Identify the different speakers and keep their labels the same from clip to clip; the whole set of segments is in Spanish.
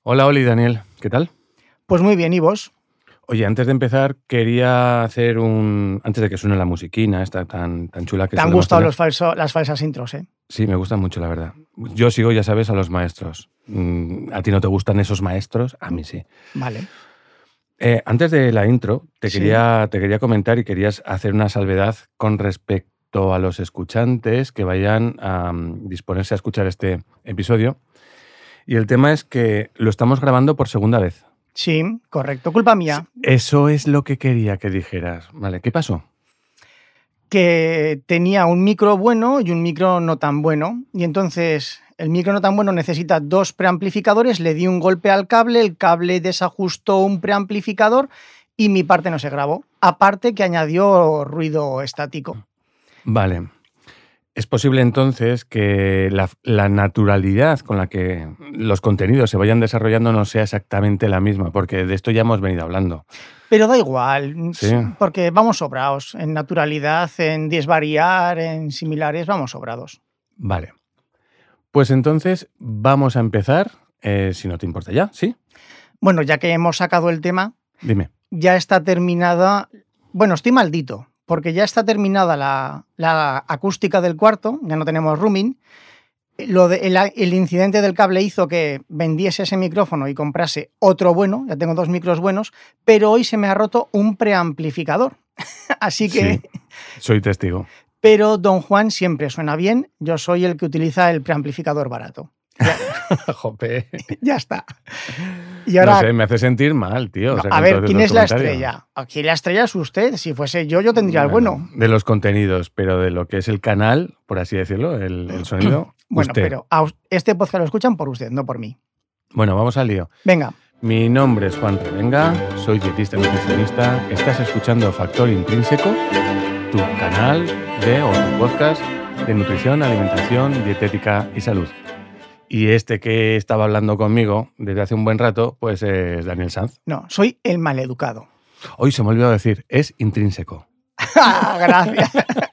Speaker 1: Hola, Oli, Daniel, ¿qué tal?
Speaker 2: Pues muy bien, ¿y vos?
Speaker 1: Oye, antes de empezar, quería hacer antes de que suene la musiquina esta tan chula que
Speaker 2: Te han
Speaker 1: solemos
Speaker 2: gustado
Speaker 1: tener.
Speaker 2: las falsas intros, ¿eh?
Speaker 1: Sí, me gustan mucho, la verdad. Yo sigo, ya sabes, a los maestros. ¿A ti no te gustan esos maestros? A mí sí.
Speaker 2: Vale.
Speaker 1: Antes de la intro,
Speaker 2: Sí.
Speaker 1: te quería comentar y querías hacer una salvedad con respecto a los escuchantes que vayan a disponerse a escuchar este episodio. Y el tema es que lo estamos grabando por segunda vez.
Speaker 2: Sí, correcto. Culpa
Speaker 1: Sí,
Speaker 2: mía.
Speaker 1: eso es lo que quería que dijeras. Vale, ¿qué pasó?
Speaker 2: Que tenía un micro bueno y un micro no tan bueno. Y entonces el micro no tan bueno necesita dos preamplificadores. Le di un golpe al cable, el cable desajustó un preamplificador y mi parte no se grabó. Aparte que añadió ruido estático.
Speaker 1: Vale. Es posible entonces que la naturalidad con la que los contenidos se vayan desarrollando no sea exactamente la misma, porque de esto ya hemos venido hablando.
Speaker 2: Pero da igual,
Speaker 1: Sí,
Speaker 2: porque vamos sobrados. En naturalidad, en desvariar, en similares, vamos sobrados.
Speaker 1: vale. Pues entonces vamos a empezar, si no te importa ya, ¿sí?
Speaker 2: Bueno, ya que hemos sacado el tema,
Speaker 1: Dime.
Speaker 2: ya está terminada. Bueno, estoy maldito, porque ya está terminada la acústica del cuarto, ya no tenemos rooming. El incidente del cable hizo que vendiese ese micrófono y comprase otro bueno, ya tengo dos micros buenos, pero hoy se me ha roto un preamplificador. Así que,
Speaker 1: Sí, soy testigo.
Speaker 2: pero Don Juan siempre suena bien, yo soy el que utiliza el preamplificador barato. Ya,
Speaker 1: Jope.
Speaker 2: ya está. Y
Speaker 1: No
Speaker 2: ahora,
Speaker 1: sé, me hace sentir mal, tío. o
Speaker 2: no,
Speaker 1: sea,
Speaker 2: a
Speaker 1: con
Speaker 2: ver,
Speaker 1: todos
Speaker 2: ¿quién
Speaker 1: estos
Speaker 2: es la
Speaker 1: comentarios.
Speaker 2: estrella? Aquí la estrella es usted. Si fuese yo tendría el bueno.
Speaker 1: De los contenidos, pero de lo que es el canal, por así decirlo, el sonido,
Speaker 2: Bueno,
Speaker 1: usted.
Speaker 2: pero este podcast lo escuchan por usted, no por mí.
Speaker 1: Bueno, vamos al lío.
Speaker 2: Venga,
Speaker 1: Mi nombre es Juan Revenga, soy dietista nutricionista. Estás escuchando Factor Intrínseco, tu canal o tu podcast de nutrición, alimentación, dietética y salud. Y este que estaba hablando conmigo desde hace un buen rato, pues es Daniel Sanz.
Speaker 2: no, soy el maleducado.
Speaker 1: Hoy se me olvidó decir, es intrínseco.
Speaker 2: Gracias.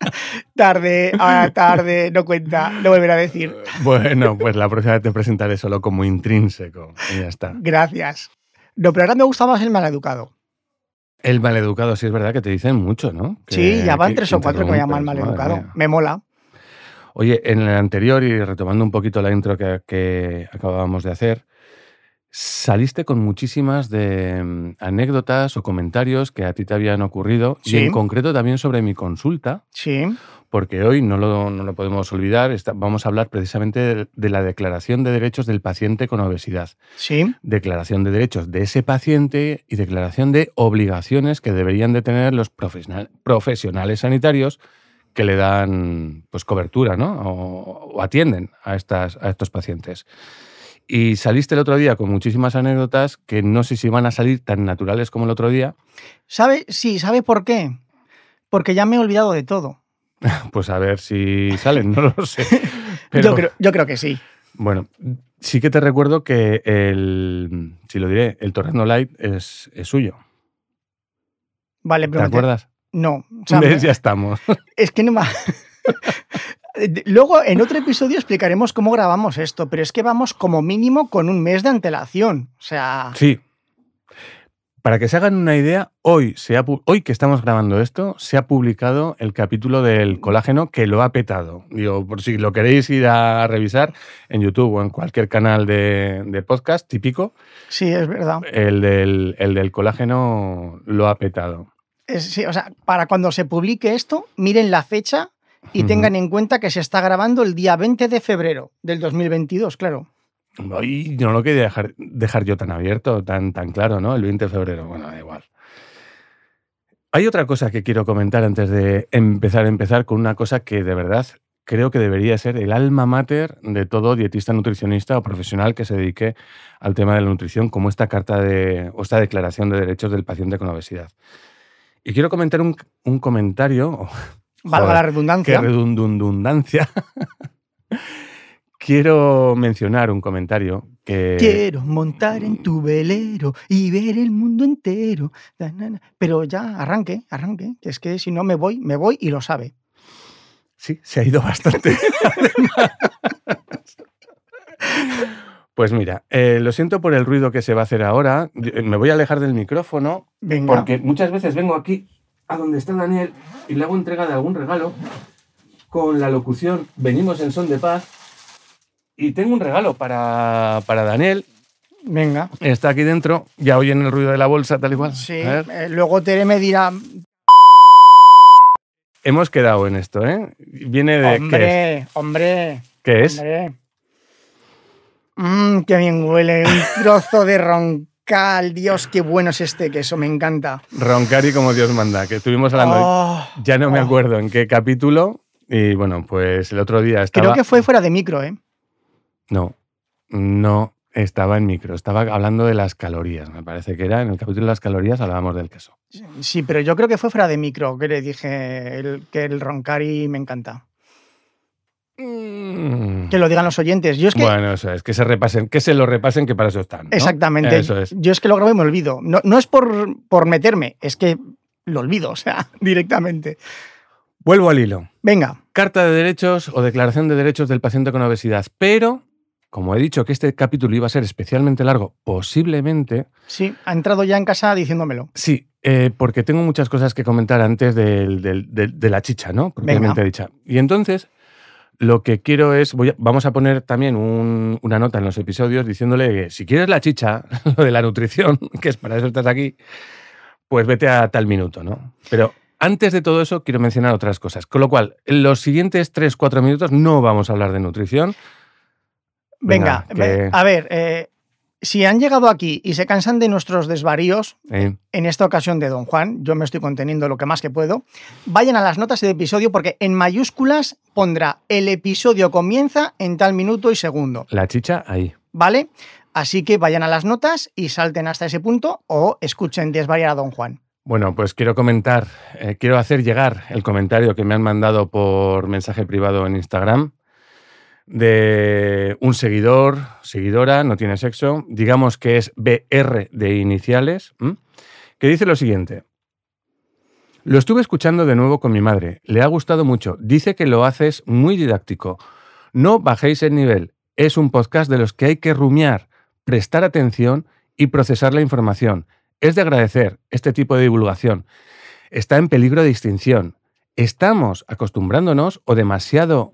Speaker 2: tarde, no cuenta, no volveré a decir.
Speaker 1: Bueno, pues la próxima vez te presentaré solo como intrínseco y ya está.
Speaker 2: Gracias. No, pero ahora me gusta más el maleducado.
Speaker 1: El maleducado, sí es verdad que te dicen mucho, ¿no?
Speaker 2: Sí, ya van 3 o 4 que me llaman
Speaker 1: interrumpes, madre
Speaker 2: maleducado.
Speaker 1: mía.
Speaker 2: Me mola.
Speaker 1: Oye, en el anterior, y retomando un poquito la intro que acabábamos de hacer, saliste con muchísimas anécdotas o comentarios que a ti te habían ocurrido, y en
Speaker 2: Sí,
Speaker 1: concreto también sobre mi consulta,
Speaker 2: sí,
Speaker 1: porque hoy no lo podemos olvidar, vamos a hablar precisamente de la declaración de derechos del paciente con obesidad.
Speaker 2: sí.
Speaker 1: Declaración de derechos de ese paciente y declaración de obligaciones que deberían de tener los profesionales sanitarios que le dan pues cobertura, ¿no? O atienden a estos pacientes. Y saliste el otro día con muchísimas anécdotas que no sé si van a salir tan naturales como el otro día.
Speaker 2: ¿Sabe? Sí, ¿sabe por qué? Porque ya me he olvidado de todo.
Speaker 1: Pues a ver si salen, no lo sé. Pero
Speaker 2: Yo creo que sí.
Speaker 1: bueno, sí que te recuerdo que el Torrendo Light es suyo.
Speaker 2: Vale,
Speaker 1: ¿Te
Speaker 2: pero
Speaker 1: acuerdas?
Speaker 2: no. O sea,
Speaker 1: ¿Ves? Ya estamos.
Speaker 2: es que no me... Luego, en otro episodio explicaremos cómo grabamos esto, pero es que vamos como mínimo con un mes de antelación. O sea,
Speaker 1: Sí. Para que se hagan una idea, hoy que estamos grabando esto, se ha publicado el capítulo del colágeno que lo ha petado. Digo, por si lo queréis ir a revisar en YouTube o en cualquier canal de podcast típico,
Speaker 2: sí, es verdad.
Speaker 1: el del colágeno lo ha petado.
Speaker 2: Sí, o sea, para cuando se publique esto, miren la fecha y tengan en cuenta que se está grabando el día 20 de febrero del 2022, claro.
Speaker 1: Ay, no lo quería dejar yo tan abierto, tan claro, ¿no? El 20 de febrero, bueno, da igual. Hay otra cosa que quiero comentar antes de empezar con una cosa que de verdad creo que debería ser el alma mater de todo dietista, nutricionista o profesional que se dedique al tema de la nutrición, como esta esta declaración de derechos del paciente con obesidad. Y quiero comentar un comentario.
Speaker 2: Valga la
Speaker 1: Qué
Speaker 2: redundancia.
Speaker 1: redundancia. Quiero mencionar un comentario que...
Speaker 2: Quiero montar en tu velero y ver el mundo entero. Pero ya, arranque, que es que si no me voy y lo sabe.
Speaker 1: Sí, se ha ido bastante. Pues mira, lo siento por el ruido que se va a hacer ahora. Me voy a alejar del micrófono.
Speaker 2: Venga.
Speaker 1: Porque muchas veces vengo aquí a donde está Daniel y le hago entrega de algún regalo con la locución "venimos en son de paz", y tengo un regalo para Daniel.
Speaker 2: Venga.
Speaker 1: Está aquí dentro, ya oyen el ruido de la bolsa tal y cual.
Speaker 2: Sí, luego Tere me dirá...
Speaker 1: Hemos quedado en esto, ¿eh? Viene de...
Speaker 2: Hombre.
Speaker 1: ¿Qué es?
Speaker 2: Qué bien huele, un trozo de roncal. Dios, qué bueno es este queso, me encanta.
Speaker 1: Roncari como Dios manda, que estuvimos hablando, ya no me acuerdo en qué capítulo, y bueno, pues el otro día estaba...
Speaker 2: Creo que fue fuera de micro, ¿eh?
Speaker 1: No estaba en micro, estaba hablando de las calorías, me parece que era, en el capítulo de las calorías hablábamos del queso.
Speaker 2: Sí, pero yo creo que fue fuera de micro, que le dije que el roncari me encanta. Que lo digan los oyentes. Yo es que...
Speaker 1: Bueno, eso es, que se lo repasen, que para eso están, ¿no?
Speaker 2: Exactamente.
Speaker 1: Eso es.
Speaker 2: Yo es que lo grabo y me olvido. No es por meterme, es que lo olvido, o sea, directamente.
Speaker 1: Vuelvo al hilo.
Speaker 2: Venga.
Speaker 1: Carta de derechos o declaración de derechos del paciente con obesidad. Pero, como he dicho que este capítulo iba a ser especialmente largo, posiblemente...
Speaker 2: Sí, ha entrado ya en casa diciéndomelo.
Speaker 1: Sí, porque tengo muchas cosas que comentar antes de la chicha, ¿no? Propiamente dicha. Y entonces... Lo que quiero es, vamos a poner también una nota en los episodios diciéndole que si quieres la chicha, lo de la nutrición, que es para eso estás aquí, pues vete a tal minuto, ¿no? Pero antes de todo eso quiero mencionar otras cosas. Con lo cual, en los siguientes 3-4 minutos no vamos a hablar de nutrición.
Speaker 2: Venga, a ver, si han llegado aquí y se cansan de nuestros desvaríos, en esta ocasión de Don Juan, yo me estoy conteniendo lo que más que puedo, vayan a las notas del episodio porque en mayúsculas pondrá "el episodio comienza en tal minuto y segundo".
Speaker 1: La chicha ahí.
Speaker 2: ¿Vale? Así que vayan a las notas y salten hasta ese punto o escuchen desvariar a Don Juan.
Speaker 1: Bueno, pues quiero comentar, quiero hacer llegar el comentario que me han mandado por mensaje privado en Instagram de un seguidora, no tiene sexo, digamos que es BR de iniciales, que dice lo siguiente. Lo estuve escuchando de nuevo con mi madre, le ha gustado mucho, dice que lo haces muy didáctico. No bajéis el nivel, es un podcast de los que hay que rumiar, prestar atención y procesar la información. Es de agradecer este tipo de divulgación. Está en peligro de extinción. Estamos acostumbrándonos o demasiado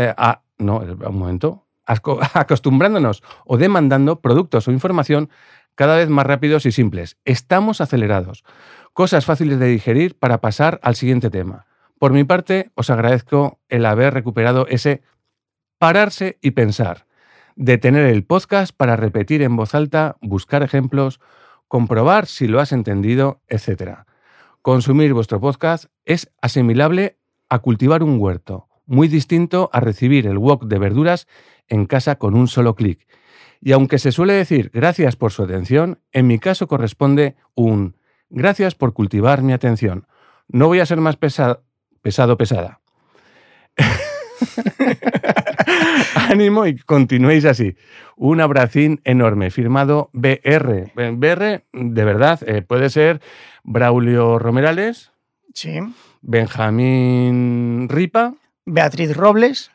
Speaker 1: acostumbrándonos o demandando productos o información cada vez más rápidos y simples. Estamos acelerados. Cosas fáciles de digerir para pasar al siguiente tema. Por mi parte, os agradezco el haber recuperado ese pararse y pensar, detener el podcast para repetir en voz alta, buscar ejemplos, comprobar si lo has entendido, etc. Consumir vuestro podcast es asimilable a cultivar un huerto, muy distinto a recibir el wok de verduras en casa con un solo clic. Y aunque se suele decir gracias por su atención, en mi caso corresponde un gracias por cultivar mi atención. No voy a ser más pesada. Ánimo y continuéis así. Un abracín enorme. Firmado BR. BR, de verdad, puede ser Braulio Romerales.
Speaker 2: Sí.
Speaker 1: Benjamín Ripa.
Speaker 2: Beatriz Robles.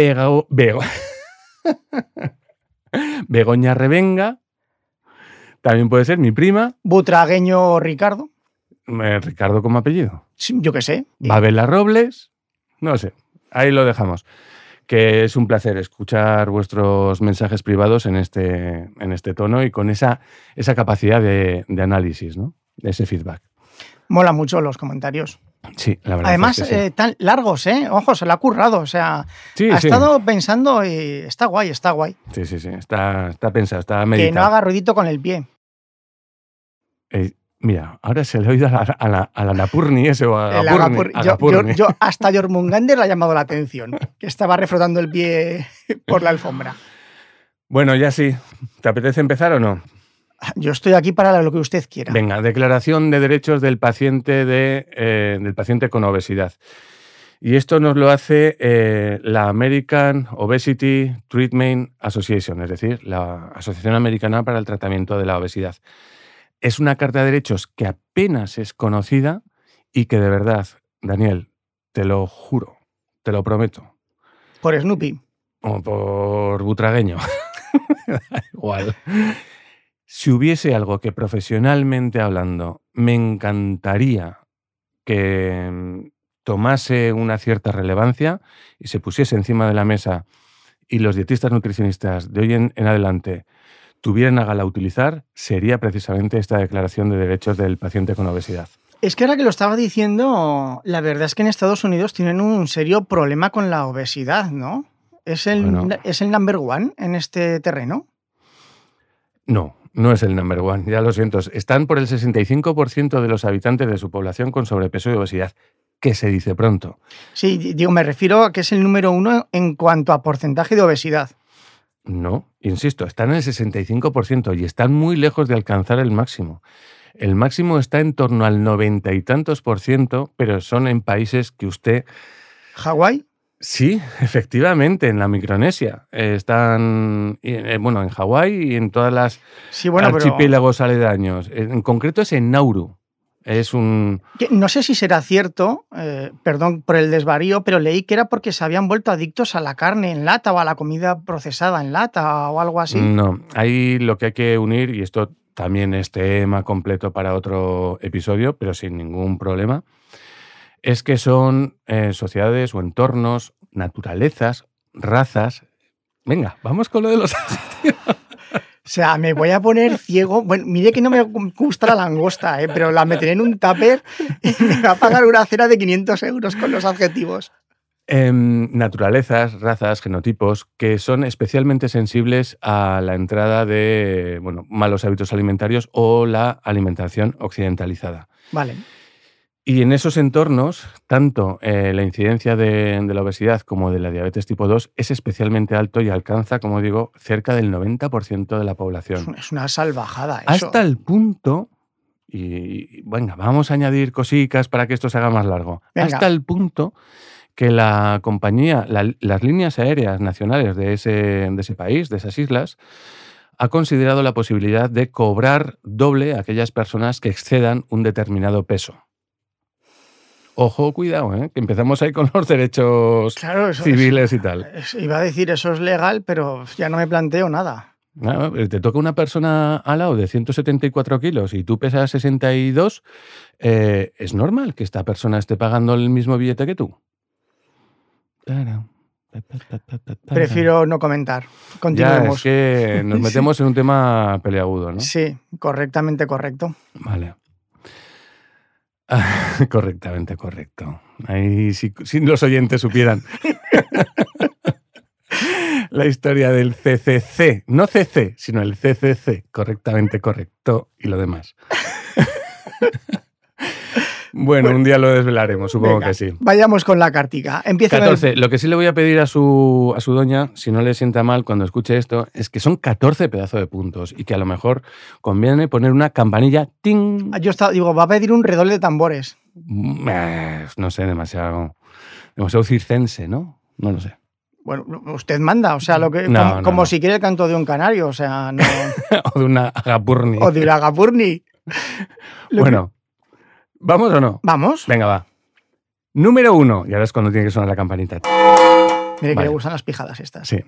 Speaker 1: Begoña Revenga. También puede ser mi prima.
Speaker 2: Butragueño Ricardo.
Speaker 1: Ricardo como apellido.
Speaker 2: Sí, yo qué sé.
Speaker 1: Babela Robles. No sé. Ahí lo dejamos. Que es un placer escuchar vuestros mensajes privados en este tono y con esa capacidad de análisis, ¿no? Ese feedback.
Speaker 2: Mola mucho los comentarios.
Speaker 1: Sí, la verdad.
Speaker 2: Además,
Speaker 1: es que sí.
Speaker 2: Tan largos, ¿eh? Ojo, se lo ha currado. O sea,
Speaker 1: sí,
Speaker 2: ha estado pensando y está guay, está guay.
Speaker 1: Sí. Está pensado, está meditado.
Speaker 2: Que no haga ruidito con el pie.
Speaker 1: Mira, ahora se le ha oído a la Napurni ese o a Agapurni.
Speaker 2: Yo hasta Jormungander le ha llamado la atención, que estaba refrotando el pie por la alfombra.
Speaker 1: Bueno, ya sí. ¿Te apetece empezar o no?
Speaker 2: Yo estoy aquí para lo que usted quiera.
Speaker 1: Venga, declaración de derechos del paciente con obesidad. Y esto nos lo hace la American Obesity Treatment Association, es decir, la Asociación Americana para el Tratamiento de la Obesidad. Es una carta de derechos que apenas es conocida y que de verdad, Daniel, te lo juro, te lo prometo.
Speaker 2: ¿Por Snoopy?
Speaker 1: O por Butragueño. Igual. Si hubiese algo que profesionalmente hablando me encantaría que tomase una cierta relevancia y se pusiese encima de la mesa y los dietistas nutricionistas de hoy en adelante tuvieran a gala utilizar, sería precisamente esta Declaración de Derechos del Paciente con Obesidad.
Speaker 2: Es que ahora que lo estaba diciendo, la verdad es que en Estados Unidos tienen un serio problema con la obesidad, ¿no? ¿Es el number one en este terreno?
Speaker 1: No, no es el number one, ya lo siento. Están por el 65% de los habitantes de su población con sobrepeso y obesidad, que se dice pronto.
Speaker 2: Sí, digo, me refiero a que es el número 1 en cuanto a porcentaje de obesidad.
Speaker 1: No, insisto, están en el 65% y están muy lejos de alcanzar el máximo. El máximo está en torno al 90 y tantos %, pero son en países que usted...
Speaker 2: ¿Hawái?
Speaker 1: Sí, efectivamente, en la Micronesia. Están, en Hawái y en todas las archipiélagos aledaños. En concreto es en Nauru. Es un...
Speaker 2: No sé si será cierto, perdón por el desvarío, pero leí que era porque se habían vuelto adictos a la carne en lata o a la comida procesada en lata o algo así.
Speaker 1: No, ahí lo que hay que unir, y esto también es tema completo para otro episodio, pero sin ningún problema, es que son sociedades o entornos, naturalezas, razas... Venga, vamos con lo de los adjetivos.
Speaker 2: O sea, me voy a poner ciego. Bueno, mire que no me gusta la langosta, pero la meteré en un tupper y me va a pagar una cena de 500 euros con los adjetivos.
Speaker 1: Naturalezas, razas, genotipos que son especialmente sensibles a la entrada de malos hábitos alimentarios o la alimentación occidentalizada.
Speaker 2: Vale.
Speaker 1: Y en esos entornos, tanto la incidencia de la obesidad como de la diabetes tipo 2 es especialmente alto y alcanza, como digo, cerca del 90% de la población.
Speaker 2: Es una salvajada eso.
Speaker 1: Hasta el punto, y venga, vamos a añadir cositas para que esto se haga más largo, hasta el punto que la compañía, las líneas aéreas nacionales de ese país, de esas islas, ha considerado la posibilidad de cobrar doble a aquellas personas que excedan un determinado peso. Ojo, cuidado, que empezamos ahí con los derechos civiles y tal.
Speaker 2: Iba a decir, eso es legal, pero ya no me planteo nada.
Speaker 1: No, te toca una persona al lado de 174 kilos y tú pesas 62, es normal que esta persona esté pagando el mismo billete que tú.
Speaker 2: Prefiero no comentar. Continuemos.
Speaker 1: Ya, es que nos metemos en un tema peleagudo, ¿no?
Speaker 2: Sí, correctamente correcto.
Speaker 1: Vale. Correctamente correcto. Ahí si los oyentes supieran la historia del CCC. No CC, sino el CCC. Correctamente correcto y lo demás. Bueno, un día lo desvelaremos, supongo que sí.
Speaker 2: Vayamos con la cartica. Empieza
Speaker 1: 14. Lo que sí le voy a pedir a su doña, si no le sienta mal cuando escuche esto, es que son 14 pedazos de puntos y que a lo mejor conviene poner una campanilla. ¡Ting!
Speaker 2: Yo digo, va a pedir un redoble de tambores.
Speaker 1: No sé, demasiado circense, ¿no? No lo sé.
Speaker 2: Bueno, usted manda, o sea, como si quiere el canto de un canario, o sea, no.
Speaker 1: O de una agapurni.
Speaker 2: O de una agapurni.
Speaker 1: Bueno. ¿Vamos o no?
Speaker 2: Vamos.
Speaker 1: Venga, va. Número 1. Y ahora es cuando tiene que sonar la campanita.
Speaker 2: Mire que le gustan las pijadas estas.
Speaker 1: Sí.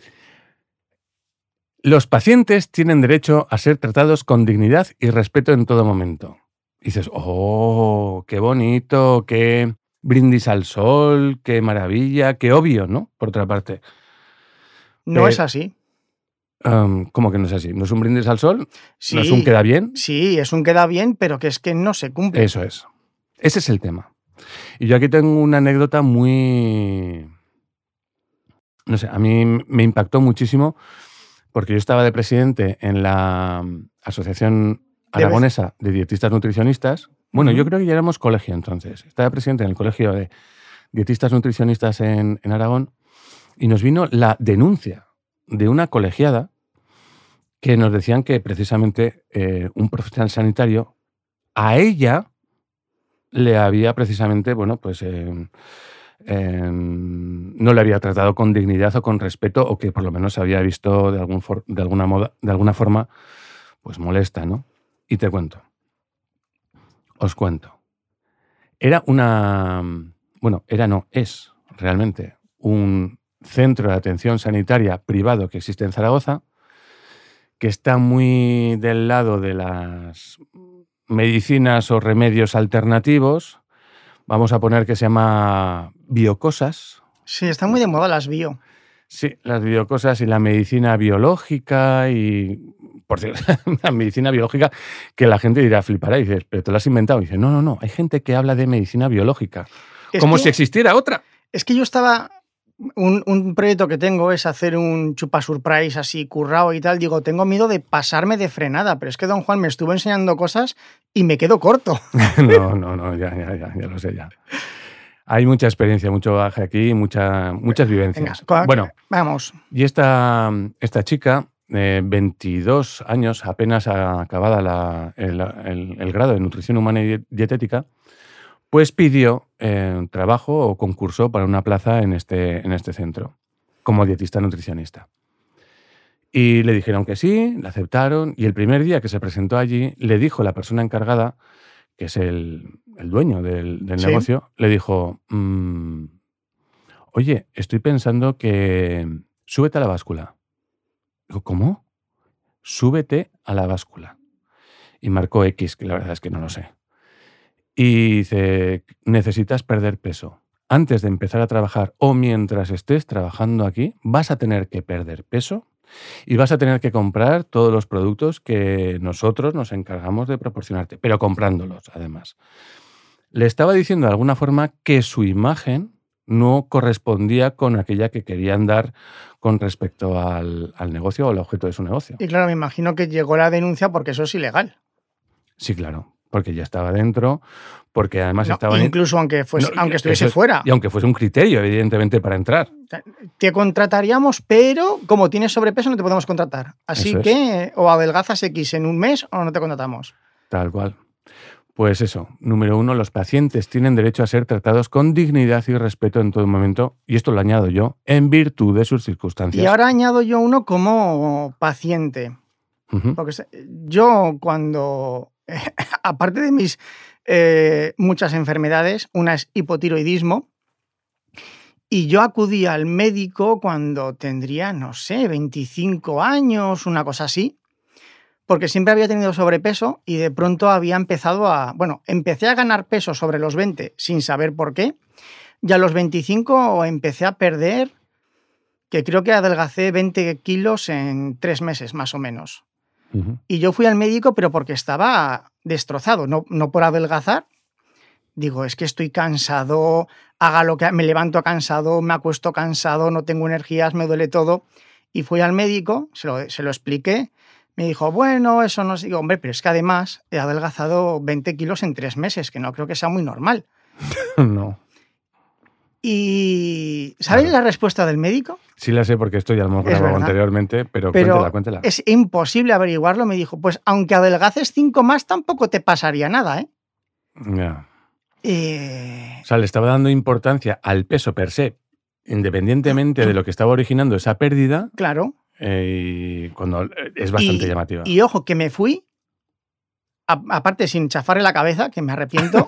Speaker 1: Los pacientes tienen derecho a ser tratados con dignidad y respeto en todo momento. Y dices, oh, qué bonito, qué brindis al sol, qué maravilla, qué obvio, ¿no? Por otra parte.
Speaker 2: No es así.
Speaker 1: ¿Cómo que no es así? ¿No es un brindis al sol?
Speaker 2: Sí,
Speaker 1: ¿No es un queda bien?
Speaker 2: Sí, es un queda bien, pero que es que no se cumple.
Speaker 1: Eso es. Ese es el tema. Y yo aquí tengo una anécdota muy... No sé, a mí me impactó muchísimo porque yo estaba de presidente en la Asociación Aragonesa de Dietistas Nutricionistas. Bueno, yo creo que ya éramos colegio entonces. Estaba presidente en el Colegio de Dietistas Nutricionistas en Aragón y nos vino la denuncia de una colegiada que nos decían que precisamente un profesional sanitario a ella le había precisamente, no le había tratado con dignidad o con respeto, o que por lo menos se había visto de alguna forma pues molesta, ¿no? Y te cuento. Os cuento. Es realmente un centro de atención sanitaria privado que existe en Zaragoza, que está muy del lado de las medicinas o remedios alternativos. Vamos a poner que se llama biocosas.
Speaker 2: Sí, están muy de moda las bio.
Speaker 1: Sí, las biocosas y la medicina biológica y, por cierto, la medicina biológica que la gente dirá, flipará, y dices, pero te lo has inventado. Y dice, no, hay gente que habla de medicina biológica, como si existiera otra.
Speaker 2: Es que yo estaba... Un proyecto que tengo es hacer un chupa surprise así currado y tal. Digo, tengo miedo de pasarme de frenada, pero es que don Juan me estuvo enseñando cosas y me quedo corto.
Speaker 1: No, ya lo sé ya. Hay mucha experiencia, mucho bagaje aquí, muchas vivencias.
Speaker 2: Venga,
Speaker 1: bueno,
Speaker 2: vamos.
Speaker 1: Y esta chica, 22 años, apenas acabada el grado de nutrición humana y dietética, pues pidió trabajo o concursó para una plaza en este centro, como dietista nutricionista. Y le dijeron que sí, la aceptaron, y el primer día que se presentó allí, le dijo la persona encargada, que es el dueño del
Speaker 2: Sí.
Speaker 1: negocio, le dijo, oye, estoy pensando que súbete a la báscula. Digo, ¿cómo? Súbete a la báscula. Y marcó X, que la verdad es que no lo sé. Y dice, necesitas perder peso. Antes de empezar a trabajar o mientras estés trabajando aquí, vas a tener que perder peso y vas a tener que comprar todos los productos que nosotros nos encargamos de proporcionarte, pero comprándolos, además. Le estaba diciendo de alguna forma que su imagen no correspondía con aquella que querían dar con respecto al negocio o al objeto de su negocio.
Speaker 2: Y claro, me imagino que llegó la denuncia porque eso es ilegal.
Speaker 1: Sí, claro, porque ya estaba dentro, porque además estaba...
Speaker 2: Incluso aunque estuviese fuera.
Speaker 1: Y aunque fuese un criterio, evidentemente, para entrar.
Speaker 2: Te contrataríamos, pero como tienes sobrepeso no te podemos contratar. Así que o adelgazas X en un mes o no te contratamos.
Speaker 1: Tal cual. Pues eso, número 1, los pacientes tienen derecho a ser tratados con dignidad y respeto en todo momento, y esto lo añado yo, en virtud de sus circunstancias.
Speaker 2: Y ahora añado yo uno como paciente.
Speaker 1: Uh-huh.
Speaker 2: Porque yo cuando, aparte de mis muchas enfermedades, una es hipotiroidismo, y yo acudí al médico cuando tendría, no sé, 25 años, una cosa así, porque siempre había tenido sobrepeso y de pronto había empezado empecé a ganar peso sobre los 20 sin saber por qué, y a los 25 empecé a perder, que creo que adelgacé 20 kilos en 3 meses más o menos.
Speaker 1: Uh-huh.
Speaker 2: Y yo fui al médico, pero porque estaba destrozado, no por adelgazar. Digo, es que estoy cansado, haga lo que me levanto cansado, me acuesto cansado, no tengo energías, me duele todo. Y fui al médico, se lo expliqué. Me dijo, bueno, eso no sé. Digo, hombre, pero es que además he adelgazado 20 kilos en 3 meses, que no creo que sea muy normal.
Speaker 1: No.
Speaker 2: ¿Y sabéis la respuesta del médico?
Speaker 1: Sí la sé porque esto ya lo hemos grabado anteriormente, pero cuéntela.
Speaker 2: Es imposible averiguarlo. Me dijo, pues aunque adelgaces 5 más, tampoco te pasaría nada, ¿eh?
Speaker 1: Ya. O sea, le estaba dando importancia al peso per se, independientemente de lo que estaba originando esa pérdida.
Speaker 2: Claro.
Speaker 1: Y cuando es bastante llamativa.
Speaker 2: Y ojo, que me fui, aparte sin chafarle la cabeza, que me arrepiento,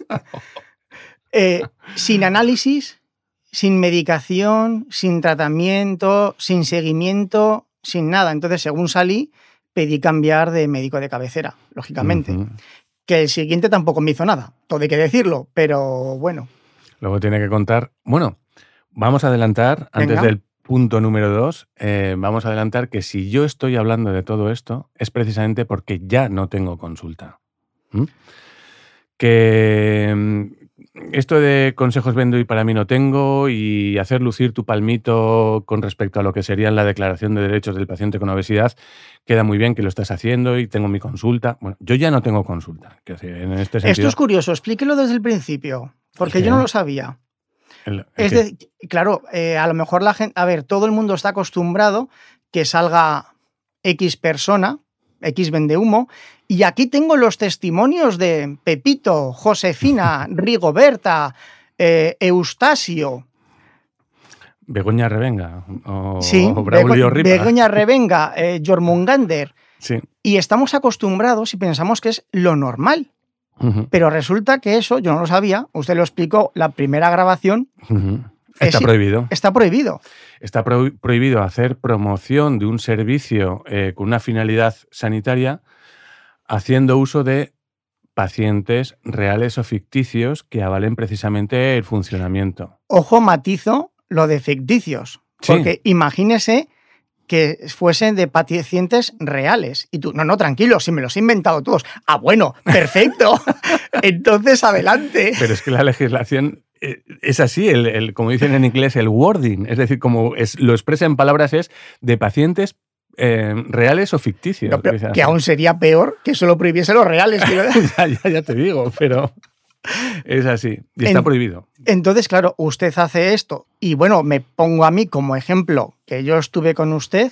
Speaker 2: sin análisis, sin medicación, sin tratamiento, sin seguimiento, sin nada. Entonces, según salí, pedí cambiar de médico de cabecera, lógicamente. Uh-huh. Que el siguiente tampoco me hizo nada, todo hay que decirlo, pero bueno.
Speaker 1: Luego tiene que contar... Bueno, vamos a adelantar, antes del punto número 2, vamos a adelantar que si yo estoy hablando de todo esto es precisamente porque ya no tengo consulta. Que esto de consejos vendo y para mí no tengo, y hacer lucir tu palmito con respecto a lo que sería la declaración de derechos del paciente con obesidad, queda muy bien que lo estás haciendo y tengo mi consulta. Bueno, yo ya no tengo consulta. En este sentido,
Speaker 2: esto es curioso, explíquelo desde el principio, porque yo no lo sabía. Claro, a lo mejor la gente... A ver, todo el mundo está acostumbrado que salga X persona, X vende humo, y aquí tengo los testimonios de Pepito, Josefina, Rigoberta, Eustasio...
Speaker 1: Begoña Revenga o
Speaker 2: Braulio Ripa. Begoña Revenga, Jormungander.
Speaker 1: Sí.
Speaker 2: Y estamos acostumbrados y pensamos que es lo normal.
Speaker 1: Uh-huh.
Speaker 2: Pero resulta que eso yo no lo sabía. Usted lo explicó la primera grabación.
Speaker 1: Uh-huh. Está prohibido.
Speaker 2: Está prohibido.
Speaker 1: Está prohibido hacer promoción de un servicio con una finalidad sanitaria haciendo uso de pacientes reales o ficticios que avalen precisamente el funcionamiento.
Speaker 2: Ojo, matizo lo de ficticios. Porque
Speaker 1: Sí.
Speaker 2: imagínese que fuesen de pacientes reales. Y tú, no, tranquilo, si me los he inventado todos. Ah, bueno, perfecto. Entonces, adelante.
Speaker 1: Pero es que la legislación es así, como dicen en inglés, el wording. Es decir, como lo expresa en palabras, es de pacientes reales o ficticios.
Speaker 2: No, pero que aún sería peor que solo prohibiese los reales.
Speaker 1: ya te digo, pero es así. Y está prohibido.
Speaker 2: Entonces, claro, usted hace esto. Y bueno, me pongo a mí como ejemplo que yo estuve con usted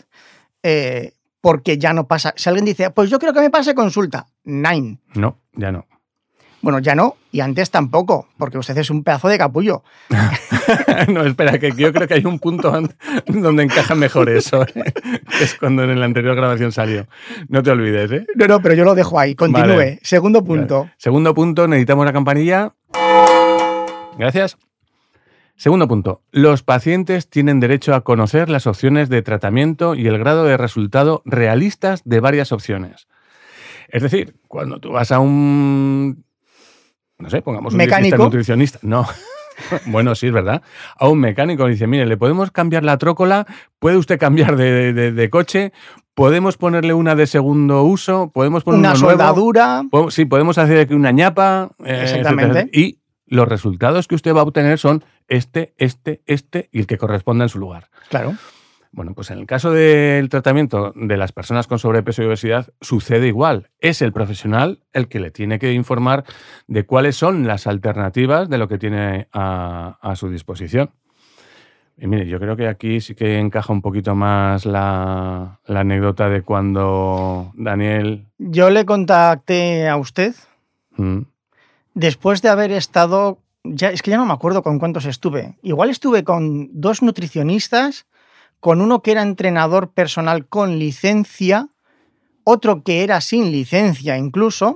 Speaker 2: porque ya no pasa. Si alguien dice, pues yo creo que me pase consulta. Nine.
Speaker 1: No, ya no.
Speaker 2: Bueno, ya no, y antes tampoco, porque usted es un pedazo de capullo.
Speaker 1: No, espera, que yo creo que hay un punto donde encaja mejor eso, que es cuando en la anterior grabación salió. No te olvides, ¿eh?
Speaker 2: No, pero yo lo dejo ahí, continúe. Vale. Segundo punto.
Speaker 1: Vale. Segundo punto, necesitamos la campanilla. Gracias. Segundo punto, los pacientes tienen derecho a conocer las opciones de tratamiento y el grado de resultado realistas de varias opciones. Es decir, cuando tú vas a un... No sé, pongamos un
Speaker 2: mecánico,
Speaker 1: nutricionista. No, bueno, sí, es verdad. A un mecánico dice, mire, le podemos cambiar la trócola, puede usted cambiar de coche, podemos ponerle una de segundo uso, podemos poner
Speaker 2: una soldadura.
Speaker 1: Sí, podemos hacer aquí una ñapa.
Speaker 2: Exactamente.
Speaker 1: Y los resultados que usted va a obtener son este y el que corresponda en su lugar.
Speaker 2: Claro.
Speaker 1: Bueno, pues en el caso del tratamiento de las personas con sobrepeso y obesidad sucede igual. Es el profesional el que le tiene que informar de cuáles son las alternativas de lo que tiene a su disposición. Y mire, yo creo que aquí sí que encaja un poquito más la anécdota de cuando Daniel...
Speaker 2: Yo le contacté a usted después de haber estado... es que ya no me acuerdo con cuántos estuve. Igual estuve con 2 nutricionistas, con uno que era entrenador personal con licencia, otro que era sin licencia incluso,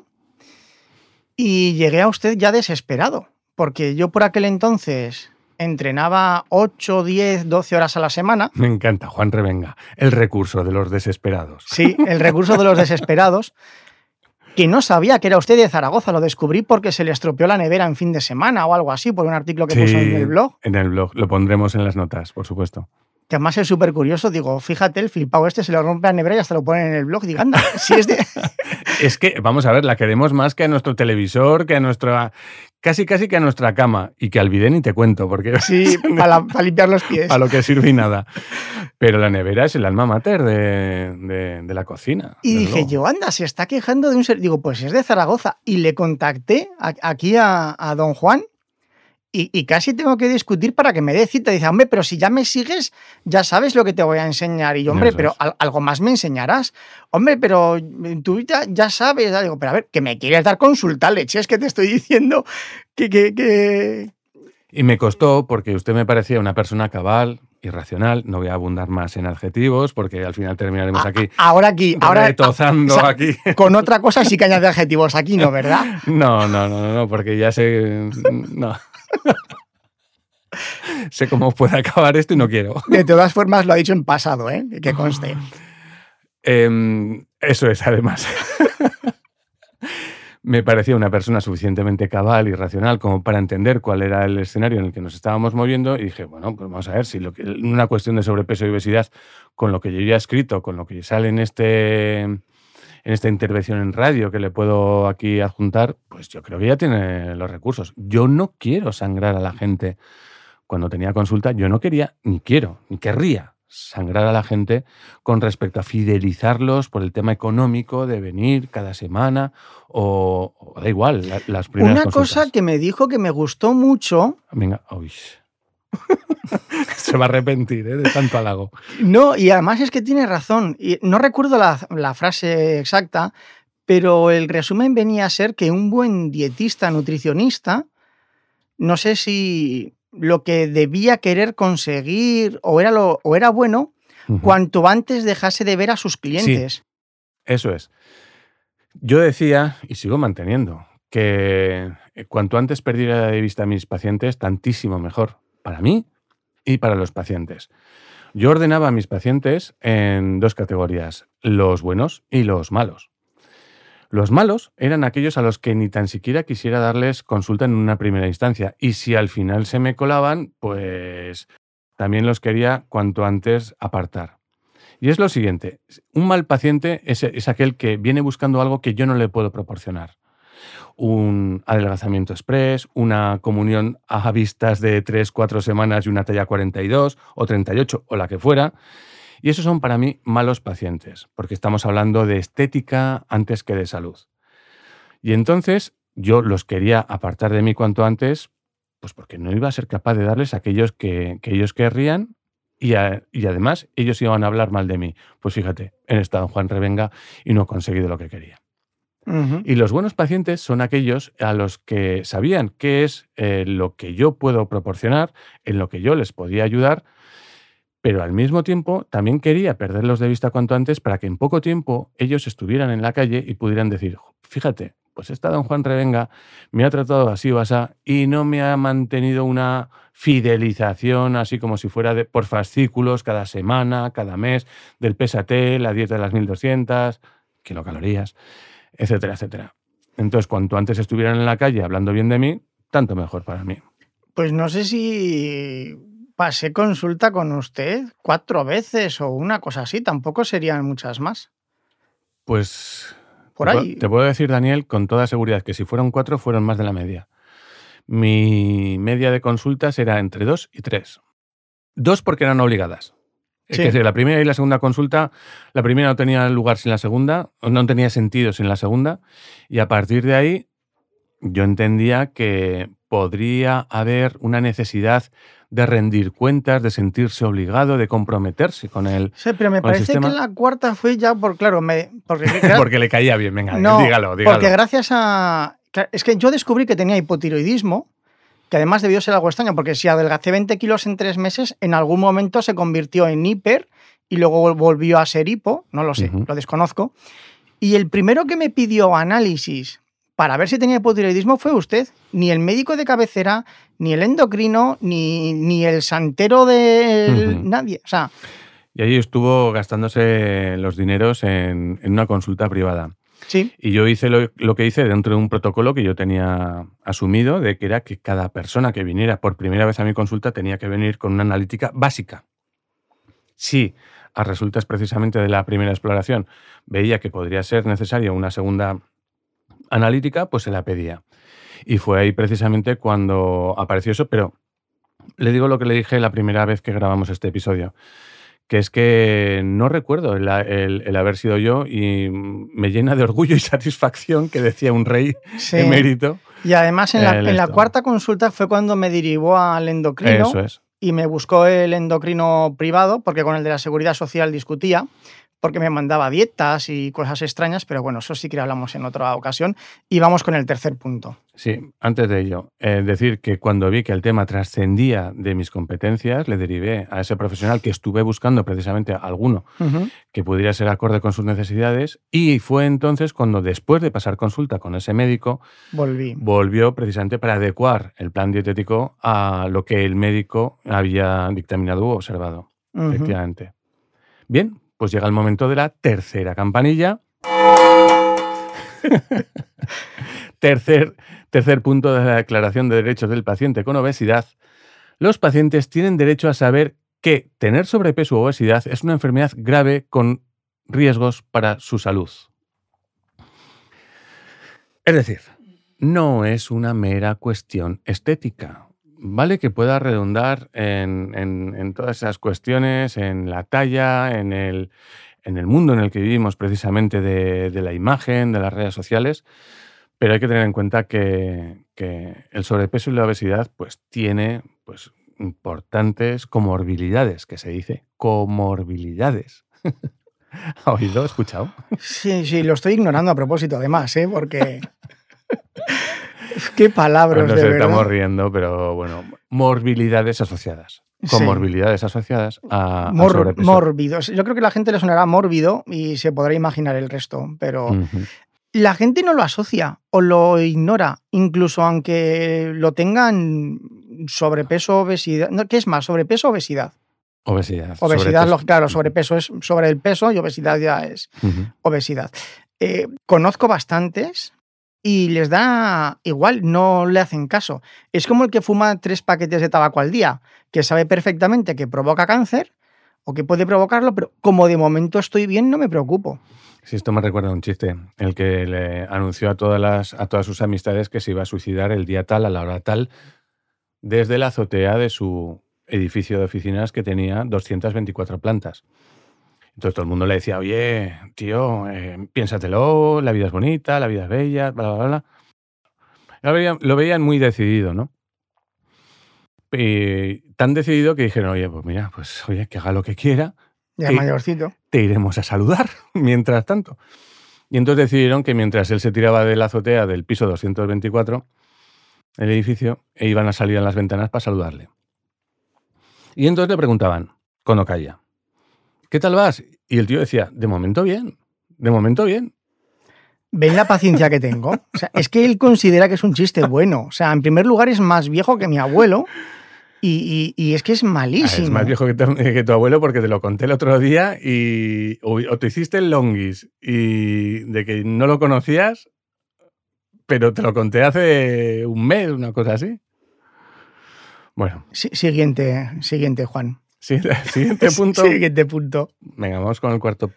Speaker 2: y llegué a usted ya desesperado, porque yo por aquel entonces entrenaba 8, 10, 12 horas a la semana.
Speaker 1: Me encanta, Juan Revenga, el recurso de los desesperados.
Speaker 2: Sí, el recurso de los desesperados, que no sabía que era usted de Zaragoza, lo descubrí porque se le estropeó la nevera en fin de semana o algo así, por un artículo que puso en el blog.
Speaker 1: En el blog, lo pondremos en las notas, por supuesto.
Speaker 2: Que además es súper curioso, digo, fíjate, el flipado se lo rompe a nevera y hasta lo ponen en el blog. Digo, anda, si es de...
Speaker 1: Es que, vamos a ver, la queremos más que a nuestro televisor, que a nuestra... Casi que a nuestra cama. Y que al bidé ni te cuento, porque...
Speaker 2: Sí, para limpiar los pies.
Speaker 1: A lo que sirve y nada. Pero la nevera es el alma mater de la cocina.
Speaker 2: Y dije yo, anda, se está quejando de un ser... Digo, pues es de Zaragoza. Y le contacté aquí a don Juan. Y casi tengo que discutir para que me dé cita. Dice, hombre, pero si ya me sigues, ya sabes lo que te voy a enseñar. Y yo, hombre, pero algo más me enseñarás. Hombre, pero tú ya sabes. Digo, pero a ver, que me quieres dar consulta, leche, es que te estoy diciendo que...
Speaker 1: Y me costó porque usted me parecía una persona cabal y racional. No voy a abundar más en adjetivos porque al final terminaremos aquí.
Speaker 2: Ahora
Speaker 1: retozando
Speaker 2: o sea,
Speaker 1: aquí.
Speaker 2: Con otra cosa sí que añade adjetivos aquí, ¿no? ¿Verdad?
Speaker 1: No, porque ya sé... No. Sé cómo puede acabar esto y no quiero.
Speaker 2: De todas formas, lo ha dicho en pasado, ¿eh? Que conste.
Speaker 1: Eso es, además. Me parecía una persona suficientemente cabal y racional como para entender cuál era el escenario en el que nos estábamos moviendo y dije, bueno, pues vamos a ver si una cuestión de sobrepeso y obesidad, con lo que yo ya he escrito, con lo que sale en esta intervención en radio que le puedo aquí adjuntar, pues yo creo que ya tiene los recursos. Yo no quiero sangrar a la gente. Cuando tenía consulta, yo no quería, ni querría sangrar a la gente con respecto a fidelizarlos por el tema económico de venir cada semana o da igual, las primeras consultas.
Speaker 2: Una cosa que me dijo que me gustó mucho...
Speaker 1: Venga, uy. Se va a arrepentir de tanto halago.
Speaker 2: No, y además es que tiene razón. Y no recuerdo la frase exacta, pero el resumen venía a ser que un buen dietista, nutricionista, no sé si lo que debía querer conseguir o era bueno, cuanto antes dejase de ver a sus clientes.
Speaker 1: Sí, eso es. Yo decía, y sigo manteniendo, que cuanto antes perdiera de vista a mis pacientes, tantísimo mejor. Para mí y para los pacientes. Yo ordenaba a mis pacientes en 2 categorías, los buenos y los malos. Los malos eran aquellos a los que ni tan siquiera quisiera darles consulta en una primera instancia. Y si al final se me colaban, pues también los quería cuanto antes apartar. Y es lo siguiente, un mal paciente es aquel que viene buscando algo que yo no le puedo proporcionar. Un adelgazamiento express, una comunión a vistas de 3-4 semanas y una talla 42 o 38 o la que fuera. Y esos son para mí malos pacientes, porque estamos hablando de estética antes que de salud. Y entonces yo los quería apartar de mí cuanto antes, pues porque no iba a ser capaz de darles aquellos que ellos querrían y además ellos iban a hablar mal de mí. Pues fíjate, he estado en Juan Revenga y no he conseguido lo que quería.
Speaker 2: Ujú.
Speaker 1: Y los buenos pacientes son aquellos a los que sabían qué es lo que yo puedo proporcionar, en lo que yo les podía ayudar, pero al mismo tiempo también quería perderlos de vista cuanto antes para que en poco tiempo ellos estuvieran en la calle y pudieran decir, fíjate, pues he estado en Juan Revenga, me ha tratado así o asá y no me ha mantenido una fidelización así como si fuera por fascículos cada semana, cada mes, del PSAT, la dieta de las 1200 kilocalorías, etcétera, etcétera. Entonces, cuanto antes estuvieran en la calle hablando bien de mí, tanto mejor para mí.
Speaker 2: Pues no sé si pasé consulta con usted 4 veces o una cosa así, tampoco serían muchas más.
Speaker 1: Pues
Speaker 2: Por ahí.
Speaker 1: te puedo decir, Daniel, con toda seguridad que si fueron 4, fueron más de la media. Mi media de consultas era entre 2 y 3. 2 porque eran obligadas. Es
Speaker 2: Sí.
Speaker 1: decir, la primera y la segunda consulta, la primera no tenía lugar sin la segunda, no tenía sentido sin la segunda, y a partir de ahí yo entendía que podría haber una necesidad de rendir cuentas, de sentirse obligado, de comprometerse con el
Speaker 2: Sí, pero me
Speaker 1: con el
Speaker 2: parece que
Speaker 1: sistema.
Speaker 2: la cuarta fue ya porque
Speaker 1: Porque le caía bien, venga,
Speaker 2: no,
Speaker 1: dígalo.
Speaker 2: porque gracias a... Claro, es que yo descubrí que tenía hipotiroidismo, que además debió ser algo extraño, porque si adelgacé 20 kilos en 3 meses, en algún momento se convirtió en hiper y luego volvió a ser hipo, no lo sé, lo desconozco. Y el primero que me pidió análisis para ver si tenía hipotiroidismo fue usted. Ni el médico de cabecera, ni el endocrino, ni el santero de nadie. O sea,
Speaker 1: y ahí estuvo gastándose los dineros en una consulta privada.
Speaker 2: sí.
Speaker 1: Y yo hice lo que hice dentro de un protocolo que yo tenía asumido, de que era que cada persona que viniera por primera vez a mi consulta tenía que venir con una analítica básica. Si a resultas precisamente de la primera exploración veía que podría ser necesaria una segunda analítica, pues se la pedía. Y fue ahí precisamente cuando apareció eso, pero le digo lo que le dije la primera vez que grabamos este episodio, que es que no recuerdo el haber sido yo y me llena de orgullo y satisfacción que decía un rey emérito.
Speaker 2: Y además en la cuarta consulta fue cuando me derivó al endocrino.
Speaker 1: Eso es.
Speaker 2: Y me buscó el endocrino privado, porque con el de la Seguridad Social discutía, porque me mandaba dietas y cosas extrañas, pero bueno, eso sí que hablamos en otra ocasión. Y vamos con el tercer punto.
Speaker 1: Sí, antes de ello, decir que cuando vi que el tema trascendía de mis competencias, le derivé a ese profesional que estuve buscando precisamente alguno que pudiera ser acorde con sus necesidades, y fue entonces cuando, después de pasar consulta con ese médico, volvió precisamente para adecuar el plan dietético a lo que el médico había dictaminado u observado. Efectivamente. Bien, pues llega el momento de la tercera campanilla. Tercer punto de la Declaración de Derechos del Paciente con Obesidad. Los pacientes tienen derecho a saber que tener sobrepeso u obesidad es una enfermedad grave con riesgos para su salud. Es decir, no es una mera cuestión estética. Vale que pueda redundar en todas esas cuestiones, en la talla, en el mundo en el que vivimos precisamente de la imagen, de las redes sociales, pero hay que tener en cuenta que el sobrepeso y la obesidad pues tiene pues importantes comorbilidades, que se dice comorbilidades. ¿Ha oído? ¿Ha escuchado?
Speaker 2: Sí, lo estoy ignorando a propósito además, porque... Qué palabras,
Speaker 1: nos
Speaker 2: de verdad.
Speaker 1: Estamos riendo, pero bueno, morbilidades asociadas. Comorbilidades asociadas a sobrepeso.
Speaker 2: Mórbidos. Yo creo que a la gente le sonará mórbido y se podrá imaginar el resto, pero la gente no lo asocia o lo ignora, incluso aunque lo tengan sobrepeso, obesidad. No, ¿qué es más, sobrepeso o obesidad?
Speaker 1: Obesidad.
Speaker 2: Obesidad, claro, sobrepeso es sobre el peso y obesidad ya es obesidad. Conozco bastantes y les da igual, no le hacen caso. Es como el que fuma 3 paquetes de tabaco al día, que sabe perfectamente que provoca cáncer o que puede provocarlo, pero como de momento estoy bien, no me preocupo.
Speaker 1: Sí, esto me recuerda a un chiste, el que le anunció a todas sus amistades que se iba a suicidar el día tal, a la hora tal, desde la azotea de su edificio de oficinas que tenía 224 plantas. Entonces todo el mundo le decía, oye, tío, piénsatelo, la vida es bonita, la vida es bella, bla, bla, bla. Lo veían muy decidido, ¿no? Y tan decidido que dijeron, oye, pues mira, pues oye, que haga lo que quiera.
Speaker 2: Ya mayorcito.
Speaker 1: Te iremos a saludar mientras tanto. Y entonces decidieron que mientras él se tiraba de la azotea del piso 224, el edificio, iban a salir a las ventanas para saludarle. Y entonces le preguntaban, con Ocaya, ¿qué tal vas? Y el tío decía, de momento bien, de momento bien.
Speaker 2: ¿Ven la paciencia que tengo? O sea, es que él considera que es un chiste bueno. O sea, en primer lugar es más viejo que mi abuelo y es que es malísimo.
Speaker 1: Es más viejo que tu abuelo porque te lo conté el otro día y o te hiciste el longis y de que no lo conocías, pero te lo conté hace un mes, una cosa así. Bueno.
Speaker 2: Siguiente, Juan.
Speaker 1: Siguiente punto.
Speaker 2: Siguiente punto.
Speaker 1: Venga, vamos con el cuarto.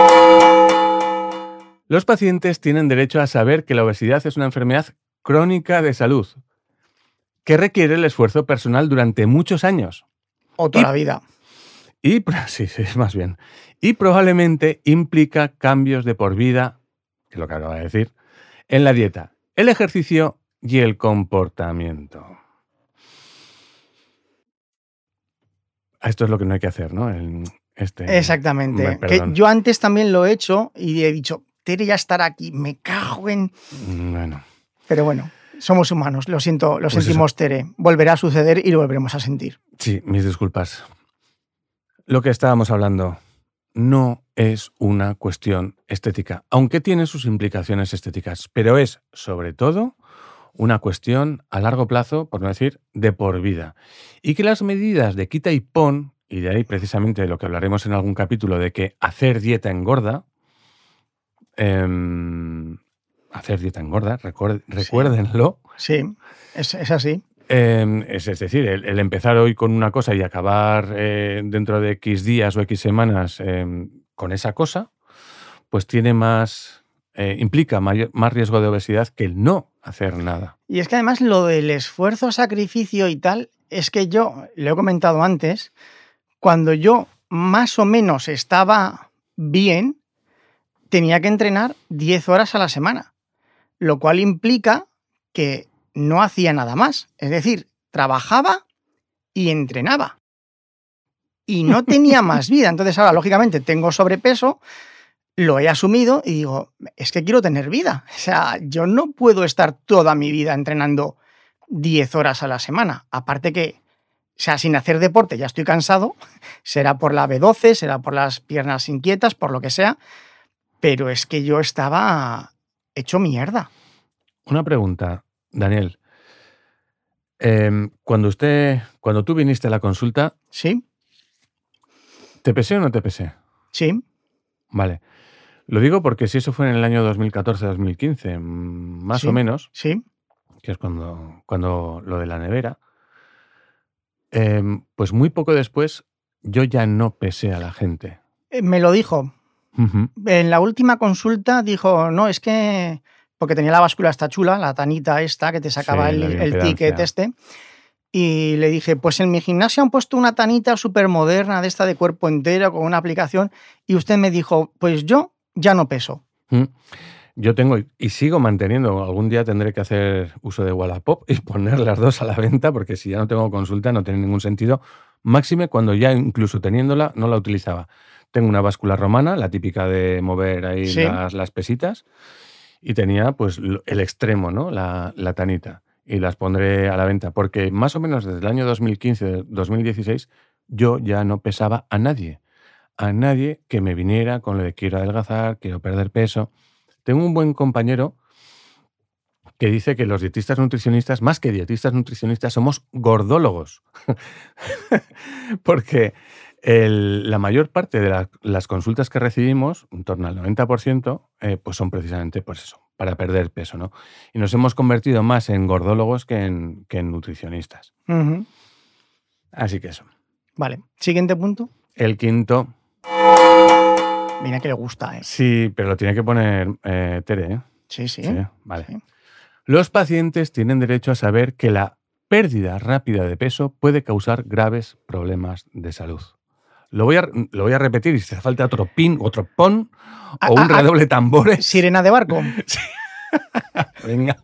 Speaker 1: Los pacientes tienen derecho a saber que la obesidad es una enfermedad crónica de salud que requiere el esfuerzo personal durante muchos años.
Speaker 2: O toda la vida.
Speaker 1: Sí, más bien. Y probablemente implica cambios de por vida, que es lo que acaba de decir, en la dieta, el ejercicio y el comportamiento. Esto es lo que no hay que hacer, ¿no?
Speaker 2: Exactamente. Que yo antes también lo he hecho y he dicho, Tere ya estará aquí, me cago en...
Speaker 1: Bueno.
Speaker 2: Pero bueno, somos humanos, lo siento, lo sentimos, eso. Tere. Volverá a suceder y lo volveremos a sentir.
Speaker 1: Sí, mis disculpas. Lo que estábamos hablando no es una cuestión estética, aunque tiene sus implicaciones estéticas, pero es, sobre todo, una cuestión a largo plazo, por no decir de por vida. Y que las medidas de quita y pon, y de ahí precisamente de lo que hablaremos en algún capítulo, de que hacer dieta engorda, recuérdenlo.
Speaker 2: Sí, es así.
Speaker 1: Es decir, el empezar hoy con una cosa y acabar dentro de X días o X semanas con esa cosa, pues tiene implica más riesgo de obesidad que el no hacer nada.
Speaker 2: Y es que además lo del esfuerzo, sacrificio y tal, es que yo, lo he comentado antes, cuando yo más o menos estaba bien, tenía que entrenar 10 horas a la semana, lo cual implica que no hacía nada más. Es decir, trabajaba y entrenaba. Y no tenía más vida. Entonces ahora, lógicamente, tengo sobrepeso, lo he asumido y digo, es que quiero tener vida. O sea, yo no puedo estar toda mi vida entrenando 10 horas a la semana. Aparte que, o sea, sin hacer deporte ya estoy cansado, será por la B12, será por las piernas inquietas, por lo que sea, pero es que yo estaba hecho mierda.
Speaker 1: Una pregunta, Daniel. Cuando tú viniste a la consulta...
Speaker 2: ¿Sí?
Speaker 1: ¿Te pesé o no te pesé?
Speaker 2: Sí.
Speaker 1: Vale. Lo digo porque si eso fue en el año 2014-2015, más
Speaker 2: sí,
Speaker 1: o menos,
Speaker 2: sí.
Speaker 1: Que es cuando lo de la nevera, pues muy poco después yo ya no pesé a la gente.
Speaker 2: Me lo dijo.
Speaker 1: Uh-huh.
Speaker 2: En la última consulta dijo, no, es que... Porque tenía la báscula esta chula, la tanita esta, que te sacaba
Speaker 1: sí,
Speaker 2: el ticket este. Y le dije, pues en mi gimnasio han puesto una tanita súper moderna de esta de cuerpo entero, con una aplicación. Y usted me dijo, pues yo ya no peso.
Speaker 1: Yo tengo y sigo manteniendo, algún día tendré que hacer uso de Wallapop y poner las dos a la venta, porque si ya no tengo consulta no tiene ningún sentido. Máxime cuando ya incluso teniéndola no la utilizaba. Tengo una báscula romana, la típica de mover ahí
Speaker 2: sí.
Speaker 1: las pesitas, y tenía pues el extremo, ¿no? La tanita. Y las pondré a la venta, porque más o menos desde el año 2015-2016 yo ya no pesaba a nadie que me viniera con lo de quiero adelgazar, quiero perder peso. Tengo un buen compañero que dice que los dietistas nutricionistas, más que dietistas nutricionistas, somos gordólogos. Porque la mayor parte de las consultas que recibimos, en torno al 90%, pues son precisamente pues eso, para perder peso, ¿no? Y nos hemos convertido más en gordólogos que en nutricionistas.
Speaker 2: Ujú.
Speaker 1: Así que eso.
Speaker 2: Vale. Siguiente punto.
Speaker 1: El quinto,
Speaker 2: Mira que le gusta, ¿eh?
Speaker 1: sí, pero lo tiene que poner Tere, ¿eh?
Speaker 2: Sí, sí.
Speaker 1: Sí, vale.
Speaker 2: Sí.
Speaker 1: Los pacientes tienen derecho a saber que la pérdida rápida de peso puede causar graves problemas de salud. Lo voy a repetir y si hace falta otro pin, otro pon o un redoble de tambores.
Speaker 2: Sirena de barco.
Speaker 1: Venga.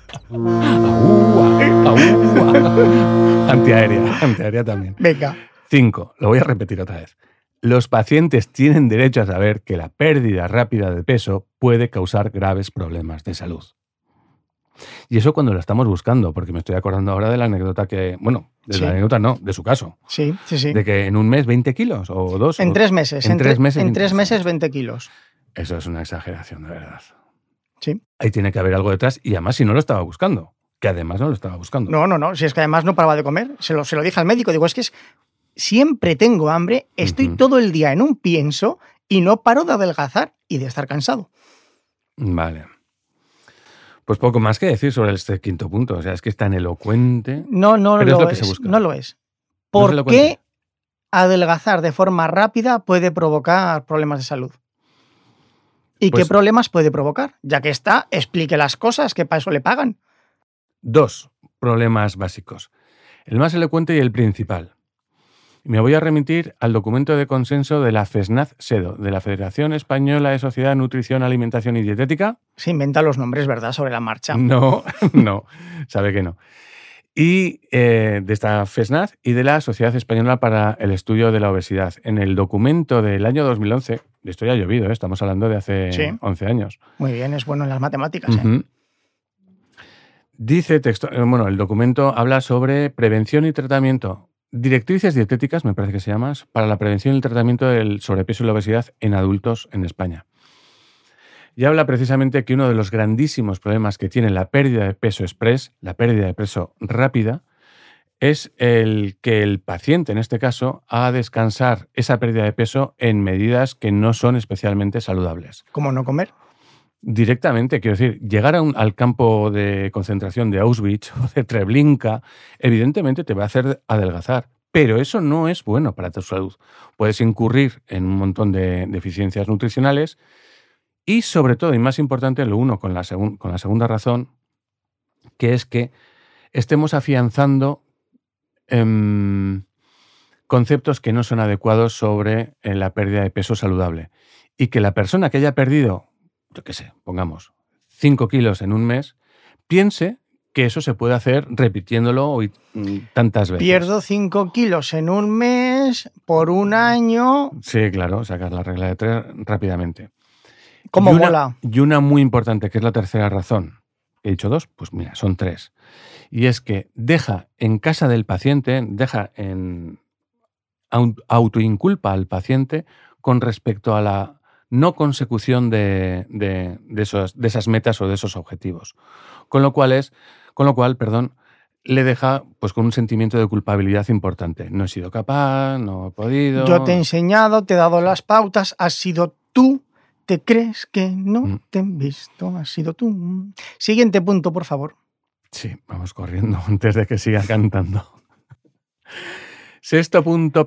Speaker 1: Aúa, aúa. Antiaérea también.
Speaker 2: Venga.
Speaker 1: 5. Lo voy a repetir otra vez. Los pacientes tienen derecho a saber que la pérdida rápida de peso puede causar graves problemas de salud. Y eso cuando lo estamos buscando, porque me estoy acordando ahora de la anécdota que, bueno, de
Speaker 2: Sí.
Speaker 1: la anécdota no, de su caso.
Speaker 2: Sí, sí, sí.
Speaker 1: De que en un mes 20 kilos o 2.
Speaker 2: En 3 meses.
Speaker 1: En 3 meses.
Speaker 2: En 3 meses 20 kilos.
Speaker 1: Eso es una exageración, de verdad.
Speaker 2: Sí.
Speaker 1: Ahí tiene que haber algo detrás y además si no lo estaba buscando. Que además no lo estaba buscando.
Speaker 2: No. Si es que además no paraba de comer. Se lo dije al médico. Digo, es que siempre tengo hambre, estoy todo el día en un pienso y no paro de adelgazar y de estar cansado.
Speaker 1: Vale. Pues poco más que decir sobre este quinto punto. O sea, es que es tan elocuente.
Speaker 2: No
Speaker 1: pero
Speaker 2: lo
Speaker 1: es lo que se busca.
Speaker 2: No lo es.
Speaker 1: No es
Speaker 2: ¿Por
Speaker 1: elocuente.
Speaker 2: qué adelgazar de forma rápida puede provocar problemas de salud? ¿Y
Speaker 1: Pues-
Speaker 2: qué problemas puede provocar? Ya que está, explique las cosas, que para eso le pagan.
Speaker 1: 2 problemas básicos. El más elocuente y el principal. Me voy a remitir al documento de consenso de la FESNAZ-SEDO, de la Federación Española de Sociedad de Nutrición, Alimentación y Dietética.
Speaker 2: Se inventa los nombres, ¿verdad? Sobre la marcha.
Speaker 1: No, sabe que no. Y de esta FESNAZ y de la Sociedad Española para el Estudio de la Obesidad. En el documento del año 2011, esto ya ha llovido, estamos hablando de hace
Speaker 2: Sí.
Speaker 1: 11 años.
Speaker 2: Muy bien, es bueno en las matemáticas.
Speaker 1: Ujú. Dice el documento habla sobre prevención y tratamiento, directrices dietéticas, me parece que se llama, para la prevención y el tratamiento del sobrepeso y la obesidad en adultos en España. Y habla precisamente que uno de los grandísimos problemas que tiene la pérdida de peso express, la pérdida de peso rápida, es el que el paciente, en este caso, haga descansar esa pérdida de peso en medidas que no son especialmente saludables.
Speaker 2: ¿Cómo no comer?
Speaker 1: Directamente, quiero decir, llegar al campo de concentración de Auschwitz o de Treblinka, evidentemente te va a hacer adelgazar, pero eso no es bueno para tu salud. Puedes incurrir en un montón de deficiencias nutricionales y, sobre todo, y más importante, lo uno con la segunda razón, que es que estemos afianzando conceptos que no son adecuados sobre la pérdida de peso saludable. Y que la persona que haya perdido, yo qué sé, pongamos 5 kilos en un mes, piense que eso se puede hacer repitiéndolo tantas veces.
Speaker 2: Pierdo 5 kilos en un mes, por un año.
Speaker 1: Sí, claro, sacar la regla de 3 rápidamente.
Speaker 2: ¿Cómo mola?
Speaker 1: Y una muy importante, que es la tercera razón. He dicho 2, pues mira, son 3. Y es que deja en casa del paciente, autoinculpa al paciente con respecto a la no consecución de esas metas o de esos objetivos. Con lo cual, le deja pues con un sentimiento de culpabilidad importante. No he sido capaz, no he podido.
Speaker 2: Yo te he enseñado, te he dado las pautas, has sido tú. ¿Te crees que no te han visto? Has sido tú. Siguiente punto, por favor.
Speaker 1: Sí, vamos corriendo antes de que siga cantando. Sexto punto.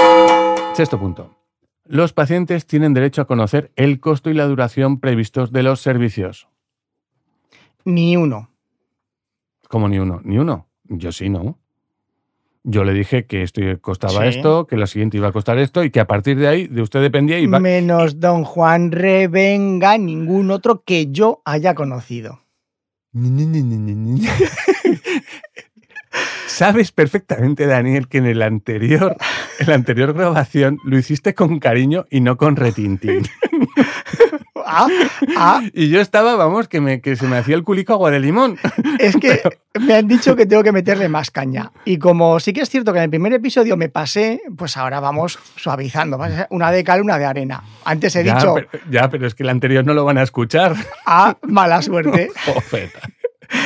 Speaker 1: Los pacientes tienen derecho a conocer el costo y la duración previstos de los servicios.
Speaker 2: Ni uno.
Speaker 1: ¿Cómo ni uno? ¿Ni uno? Yo sí, ¿no? Yo le dije que esto costaba
Speaker 2: Sí.
Speaker 1: esto, que lo siguiente iba a costar esto y que a partir de ahí de usted dependía y
Speaker 2: Menos don Juan Revenga, ningún otro que yo haya conocido.
Speaker 1: Sabes perfectamente, Daniel, que en la anterior grabación lo hiciste con cariño y no con retintín. Y yo estaba, vamos, que se me hacía el culico agua de limón.
Speaker 2: Es que me han dicho que tengo que meterle más caña. Y como sí que es cierto que en el primer episodio me pasé, pues ahora vamos suavizando. Una de cal, una de arena. Antes he dicho...
Speaker 1: Pero es que el anterior no lo van a escuchar.
Speaker 2: Mala suerte.
Speaker 1: Profeta.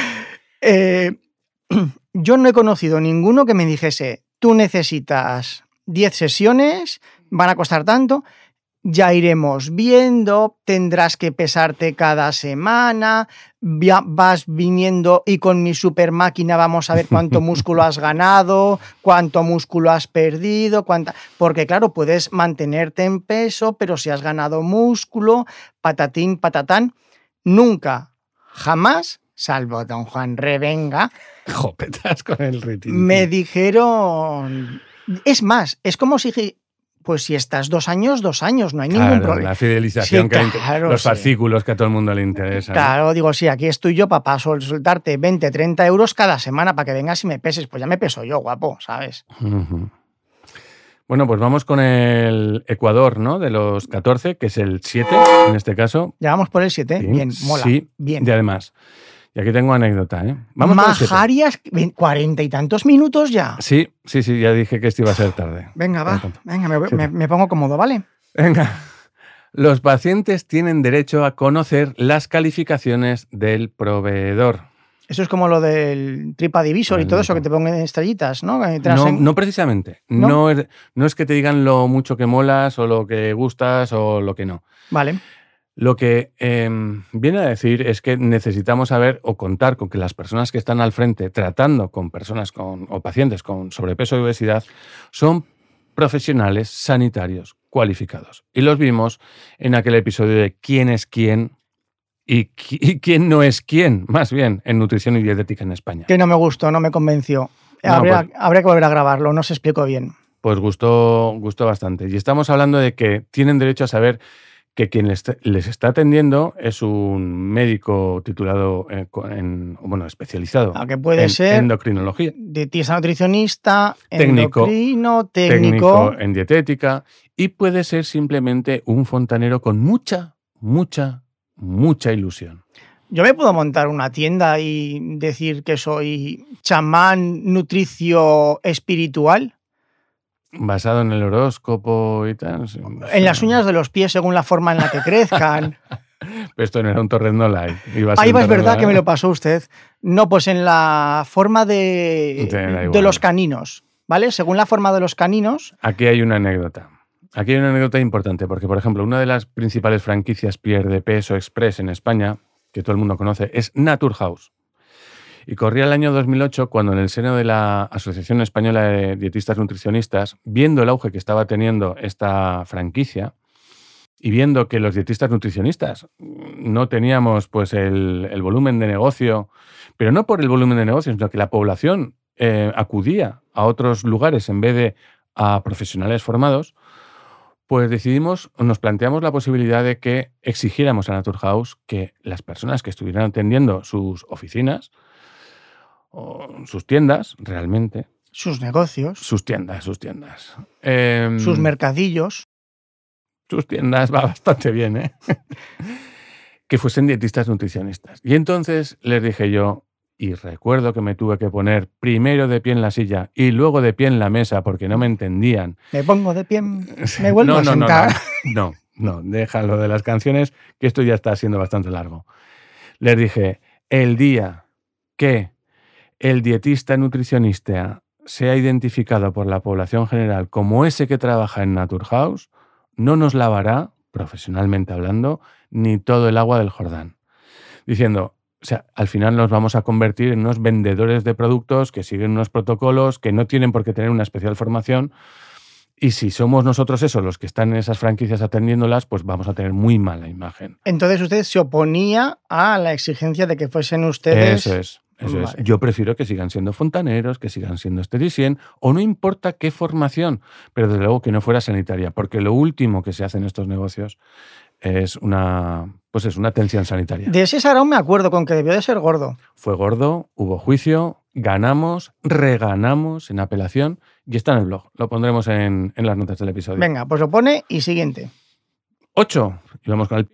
Speaker 2: Yo no he conocido ninguno que me dijese, tú necesitas 10 sesiones, van a costar tanto, ya iremos viendo, tendrás que pesarte cada semana, vas viniendo y con mi super máquina vamos a ver cuánto músculo has ganado, cuánto músculo has perdido, porque claro, puedes mantenerte en peso, pero si has ganado músculo, patatín, patatán, nunca, jamás, salvo don Juan Revenga,
Speaker 1: Jopetas con el ritín.
Speaker 2: me dijeron... Es más, es como si... Pues si estás 2 años, 2 años, no hay ningún problema.
Speaker 1: La fidelización,
Speaker 2: Sí,
Speaker 1: que
Speaker 2: claro,
Speaker 1: los
Speaker 2: sí.
Speaker 1: fascículos que a todo el mundo le interesan.
Speaker 2: Claro, digo, sí, aquí estoy yo para soltarte 20, 30 euros cada semana para que vengas y me peses. Pues ya me peso yo, guapo, ¿sabes?
Speaker 1: Uh-huh. Bueno, pues vamos con el Ecuador, ¿no? De los 14, que es el 7, en este caso.
Speaker 2: Ya vamos por el 7,
Speaker 1: Sí,
Speaker 2: bien, mola,
Speaker 1: sí,
Speaker 2: bien.
Speaker 1: Y además, y aquí tengo anécdota, ¿eh? Vamos por el 7.
Speaker 2: Majarias, 40 y tantos minutos ya.
Speaker 1: Sí, ya dije que esto iba a ser tarde.
Speaker 2: Venga, va, venga, me pongo cómodo, ¿vale?
Speaker 1: Venga. Los pacientes tienen derecho a conocer las calificaciones del proveedor.
Speaker 2: Eso es como lo del TripAdvisor y todo eso, que te pongan estrellitas, ¿no?
Speaker 1: No precisamente. ¿No? No es que te digan lo mucho que molas o lo que gustas o lo que no.
Speaker 2: Vale.
Speaker 1: Lo que viene a decir es que necesitamos saber o contar con que las personas que están al frente tratando con personas o pacientes con sobrepeso y obesidad son profesionales sanitarios cualificados. Y los vimos en aquel episodio de quién es quién y quién no es quién, más bien, en nutrición y dietética en España.
Speaker 2: Que no me gustó, no me convenció. Habría que volver a grabarlo, no se explicó bien.
Speaker 1: Pues gustó bastante. Y estamos hablando de que tienen derecho a saber que quien les está atendiendo es un médico titulado, especializado
Speaker 2: que puede
Speaker 1: en
Speaker 2: ser
Speaker 1: endocrinología.
Speaker 2: Dietista, nutricionista,
Speaker 1: Técnico en dietética, y puede ser simplemente un fontanero con mucha ilusión.
Speaker 2: Yo me puedo montar una tienda y decir que soy chamán nutricio espiritual.
Speaker 1: Basado en el horóscopo y tal.
Speaker 2: En las uñas de los pies según la forma en la que crezcan.
Speaker 1: Pero esto no era un Torrendo Light.
Speaker 2: Ahí va, es verdad que me lo pasó usted. No, pues en la forma de los caninos, ¿vale? Según la forma de los caninos.
Speaker 1: Aquí hay una anécdota. Aquí hay una anécdota importante, porque, por ejemplo, una de las principales franquicias pierde peso express en España, que todo el mundo conoce, es Naturhaus. Y corría el año 2008 cuando en el seno de la Asociación Española de Dietistas Nutricionistas, viendo el auge que estaba teniendo esta franquicia y viendo que los dietistas nutricionistas no teníamos pues el volumen de negocio, pero no por el volumen de negocio, sino que la población acudía a otros lugares en vez de a profesionales formados, pues nos planteamos la posibilidad de que exigiéramos a Naturhaus que las personas que estuvieran atendiendo sus oficinas, o sus tiendas, realmente.
Speaker 2: Sus negocios.
Speaker 1: Sus tiendas.
Speaker 2: Sus mercadillos.
Speaker 1: Sus tiendas va bastante bien, ¿eh? Que fuesen dietistas nutricionistas. Y entonces les dije yo, y recuerdo que me tuve que poner primero de pie en la silla y luego de pie en la mesa porque no me entendían.
Speaker 2: Me pongo de pie, me vuelvo a sentar.
Speaker 1: No, déjalo de las canciones, que esto ya está siendo bastante largo. Les dije, el día que el dietista nutricionista sea identificado por la población general como ese que trabaja en Naturhaus, no nos lavará, profesionalmente hablando, ni todo el agua del Jordán. Diciendo, o sea, al final nos vamos a convertir en unos vendedores de productos que siguen unos protocolos que no tienen por qué tener una especial formación, y si somos nosotros esos los que están en esas franquicias atendiéndolas, pues vamos a tener muy mala imagen.
Speaker 2: Entonces usted se oponía a la exigencia de que fuesen ustedes...
Speaker 1: Eso es. Yo prefiero que sigan siendo fontaneros, que sigan siendo esteticien, o no importa qué formación, pero desde luego que no fuera sanitaria, porque lo último que se hace en estos negocios es una atención sanitaria.
Speaker 2: De ese sarao me acuerdo, con que debió de ser gordo.
Speaker 1: Fue gordo, hubo juicio, ganamos, reganamos en apelación y está en el blog. Lo pondremos en las notas del episodio.
Speaker 2: Venga, pues lo pone y siguiente.
Speaker 1: 8. Y vamos con el...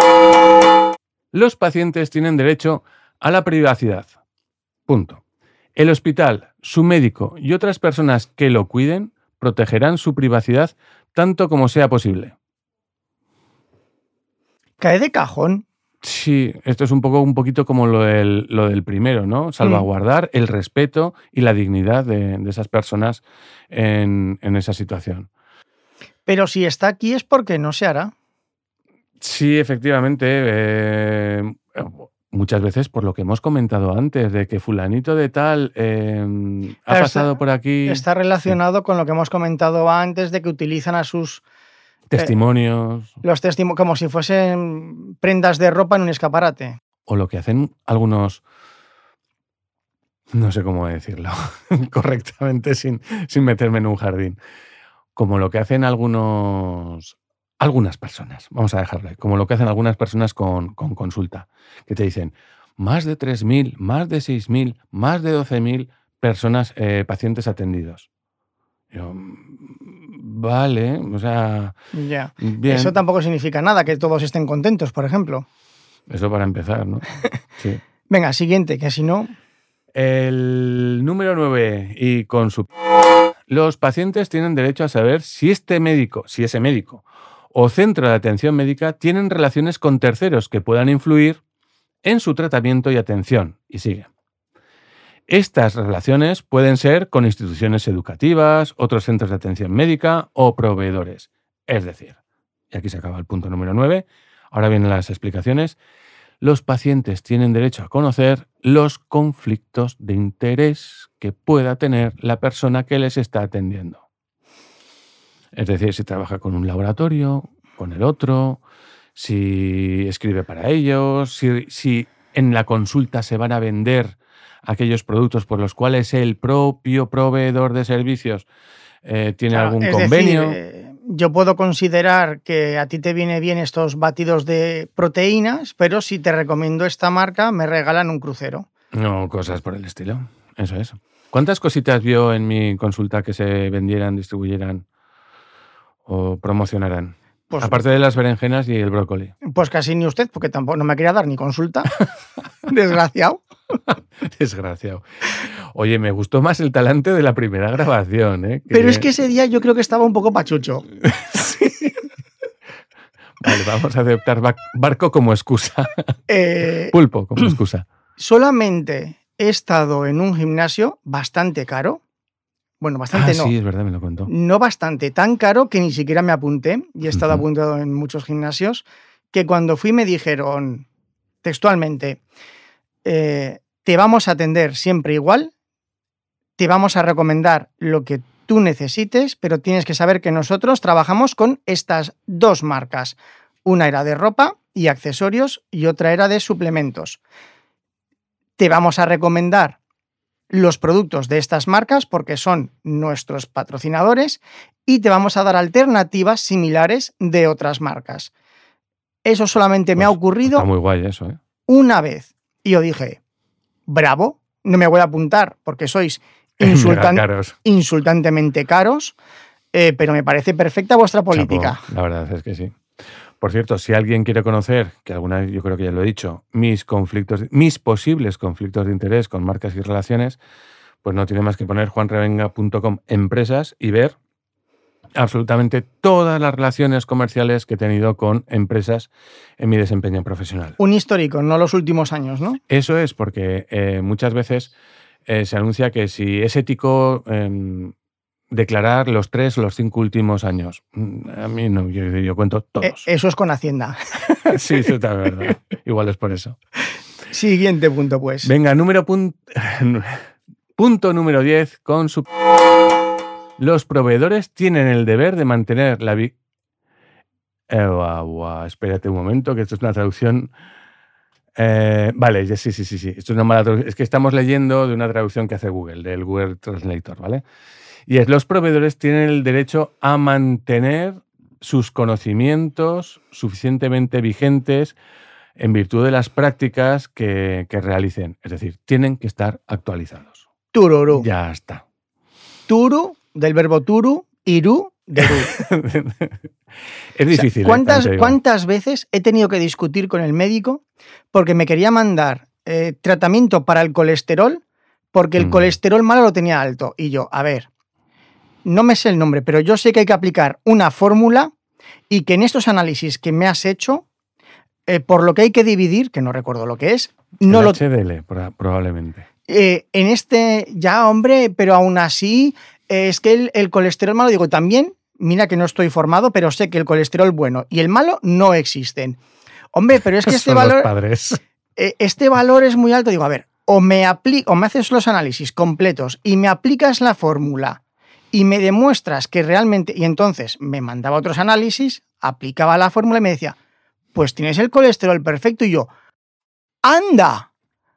Speaker 1: Los pacientes tienen derecho a la privacidad. Punto. El hospital, su médico y otras personas que lo cuiden protegerán su privacidad tanto como sea posible.
Speaker 2: Cae de cajón.
Speaker 1: Sí, esto es un poquito como lo del primero, ¿no? Salvaguardar el respeto y la dignidad de esas personas en esa situación.
Speaker 2: Pero si está aquí es porque no se hará.
Speaker 1: Sí, efectivamente. Muchas veces por lo que hemos comentado antes, de que fulanito de tal ha
Speaker 2: Claro,
Speaker 1: pasado por aquí.
Speaker 2: está
Speaker 1: Sí.
Speaker 2: relacionado con lo que hemos comentado antes de que utilizan a sus
Speaker 1: Testimonios.
Speaker 2: los testimonios como si fuesen prendas de ropa en un escaparate.
Speaker 1: O lo que hacen algunos. No sé cómo decirlo correctamente sin meterme en un jardín. Como lo que hacen algunas personas, vamos a dejarlo ahí, como lo que hacen algunas personas con consulta, que te dicen más de 3.000, más de 6.000, más de 12.000 personas, pacientes atendidos. Yo, vale, o sea,
Speaker 2: Ya.
Speaker 1: bien.
Speaker 2: Eso tampoco significa nada, que todos estén contentos, por ejemplo.
Speaker 1: Eso para empezar, ¿no? Sí.
Speaker 2: Venga, siguiente, que si no...
Speaker 1: El número 9 y con su... Los pacientes tienen derecho a saber si ese médico o centro de atención médica tienen relaciones con terceros que puedan influir en su tratamiento y atención. Y sigue. Estas relaciones pueden ser con instituciones educativas, otros centros de atención médica o proveedores. Es decir, y aquí se acaba el punto número 9, ahora vienen las explicaciones. Los pacientes tienen derecho a conocer los conflictos de interés que pueda tener la persona que les está atendiendo. Es decir, si trabaja con un laboratorio, con el otro, si escribe para ellos, si en la consulta se van a vender aquellos productos por los cuales el propio proveedor de servicios tiene algún convenio.
Speaker 2: Decir, yo puedo considerar que a ti te viene bien estos batidos de proteínas, pero si te recomiendo esta marca, me regalan un crucero.
Speaker 1: No, cosas por el estilo. Eso es. ¿Cuántas cositas vio en mi consulta que se vendieran, distribuyeran o promocionaran?
Speaker 2: Pues,
Speaker 1: aparte de las berenjenas y el brócoli.
Speaker 2: Pues casi ni usted, porque tampoco no me quería dar ni consulta. Desgraciado.
Speaker 1: Desgraciado. Oye, me gustó más el talante de la primera grabación, ¿eh?
Speaker 2: Pero es que ese día yo creo que estaba un poco pachucho.
Speaker 1: Vale, vamos a aceptar barco como excusa. Pulpo como excusa.
Speaker 2: Solamente he estado en un gimnasio bastante caro. Bueno, bastante no.
Speaker 1: Sí, es verdad, me lo contó.
Speaker 2: No bastante, tan caro que ni siquiera me apunté. Y he estado apuntado en muchos gimnasios. Que cuando fui me dijeron textualmente, te vamos a atender siempre igual, te vamos a recomendar lo que tú necesites, pero tienes que saber que nosotros trabajamos con estas dos marcas. Una era de ropa y accesorios y otra era de suplementos. Te vamos a recomendar los productos de estas marcas porque son nuestros patrocinadores y te vamos a dar alternativas similares de otras marcas. Eso solamente me ha ocurrido
Speaker 1: está muy guay eso, ¿eh?
Speaker 2: Una vez. Y yo dije, bravo, no me voy a apuntar porque sois insultantemente caros, pero me parece perfecta vuestra política.
Speaker 1: Chapo, la verdad es que sí. Por cierto, si alguien quiere conocer, que alguna vez yo creo que ya lo he dicho, mis posibles conflictos de interés con marcas y relaciones, pues no tiene más que poner juanrevenga.com empresas y ver absolutamente todas las relaciones comerciales que he tenido con empresas en mi desempeño profesional.
Speaker 2: Un histórico, no los últimos años, ¿no?
Speaker 1: Eso es, porque muchas veces se anuncia que si es ético declarar los 3 o los 5 últimos años. A mí no, yo cuento todos.
Speaker 2: Eso es con Hacienda.
Speaker 1: Sí, eso está verdad. Igual es por eso.
Speaker 2: Siguiente punto, pues.
Speaker 1: Venga, punto número 10 con su... Los proveedores tienen el deber de mantener la... espérate un momento, que esto es una traducción... vale, sí. Esto es una mala traducción. Es que estamos leyendo de una traducción que hace Google, del Google Translator, ¿vale? Y es, los proveedores tienen el derecho a mantener sus conocimientos suficientemente vigentes en virtud de las prácticas que realicen. Es decir, tienen que estar actualizados.
Speaker 2: Tururú.
Speaker 1: Ya está.
Speaker 2: Turu, del verbo turu, irú, de ru.
Speaker 1: Es difícil.
Speaker 2: O sea, ¿cuántas veces he tenido que discutir con el médico porque me quería mandar tratamiento para el colesterol porque el colesterol malo lo tenía alto? Y yo, a ver, no me sé el nombre, pero yo sé que hay que aplicar una fórmula y que en estos análisis que me has hecho por lo que hay que dividir, que no recuerdo lo que es, no
Speaker 1: el
Speaker 2: lo...
Speaker 1: HDL, probablemente.
Speaker 2: En este, ya hombre, pero aún así, es que el colesterol malo, digo, también, mira que no estoy formado, pero sé que el colesterol bueno y el malo no existen. Hombre, pero es que
Speaker 1: Son los padres.
Speaker 2: Este valor es muy alto. Digo, a ver, o me haces los análisis completos y me aplicas la fórmula y me demuestras que realmente... Y entonces me mandaba otros análisis, aplicaba la fórmula y me decía, pues tienes el colesterol perfecto. Y yo, ¡anda!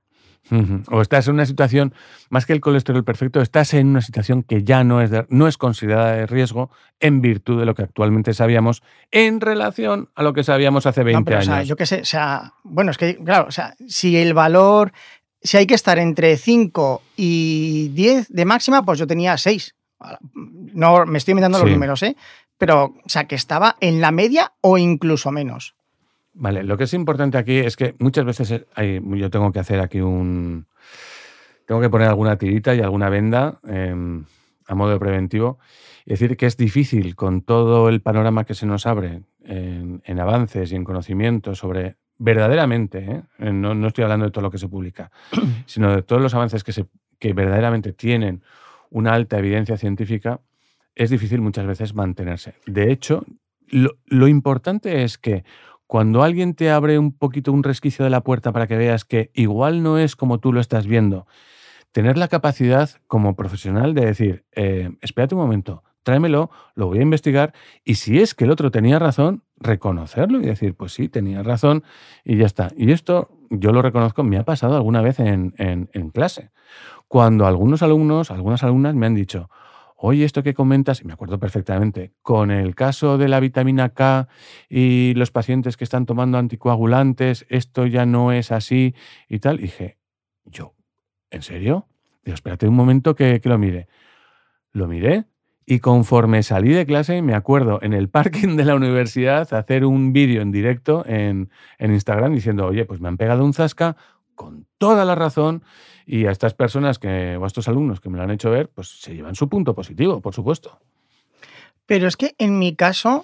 Speaker 1: O estás en una situación, más que el colesterol perfecto, estás en una situación que ya no es considerada de riesgo en virtud de lo que actualmente sabíamos en relación a lo que sabíamos hace 20
Speaker 2: No, pero,
Speaker 1: años.
Speaker 2: O sea, yo qué sé, o sea, bueno, es que, claro, o sea, si el valor, si hay que estar entre 5 y 10 de máxima, pues yo tenía 6. No, me estoy inventando los números, ¿eh? Pero, o sea, que estaba en la media o incluso menos.
Speaker 1: Vale, lo que es importante aquí es que muchas veces yo tengo que hacer aquí tengo que poner alguna tirita y alguna venda a modo de preventivo y decir que es difícil con todo el panorama que se nos abre en avances y en conocimiento sobre verdaderamente, no estoy hablando de todo lo que se publica, sino de todos los avances que verdaderamente tienen una alta evidencia científica, es difícil muchas veces mantenerse. De hecho, lo importante es que cuando alguien te abre un poquito un resquicio de la puerta para que veas que igual no es como tú lo estás viendo, tener la capacidad como profesional de decir, espérate un momento, tráemelo, lo voy a investigar y si es que el otro tenía razón, reconocerlo y decir, pues sí, tenía razón y ya está. Y esto yo lo reconozco, me ha pasado alguna vez en clase, cuando algunos alumnos, algunas alumnas me han dicho, oye, esto que comentas, y me acuerdo perfectamente, con el caso de la vitamina K y los pacientes que están tomando anticoagulantes, esto ya no es así y tal. Y dije, ¿en serio? Digo, espérate un momento que lo mire. Lo miré y conforme salí de clase, me acuerdo en el parking de la universidad hacer un vídeo en directo en Instagram diciendo, oye, pues me han pegado un zasca con toda la razón y a estas personas o a estos alumnos que me lo han hecho ver, pues se llevan su punto positivo, por supuesto.
Speaker 2: Pero es que en mi caso,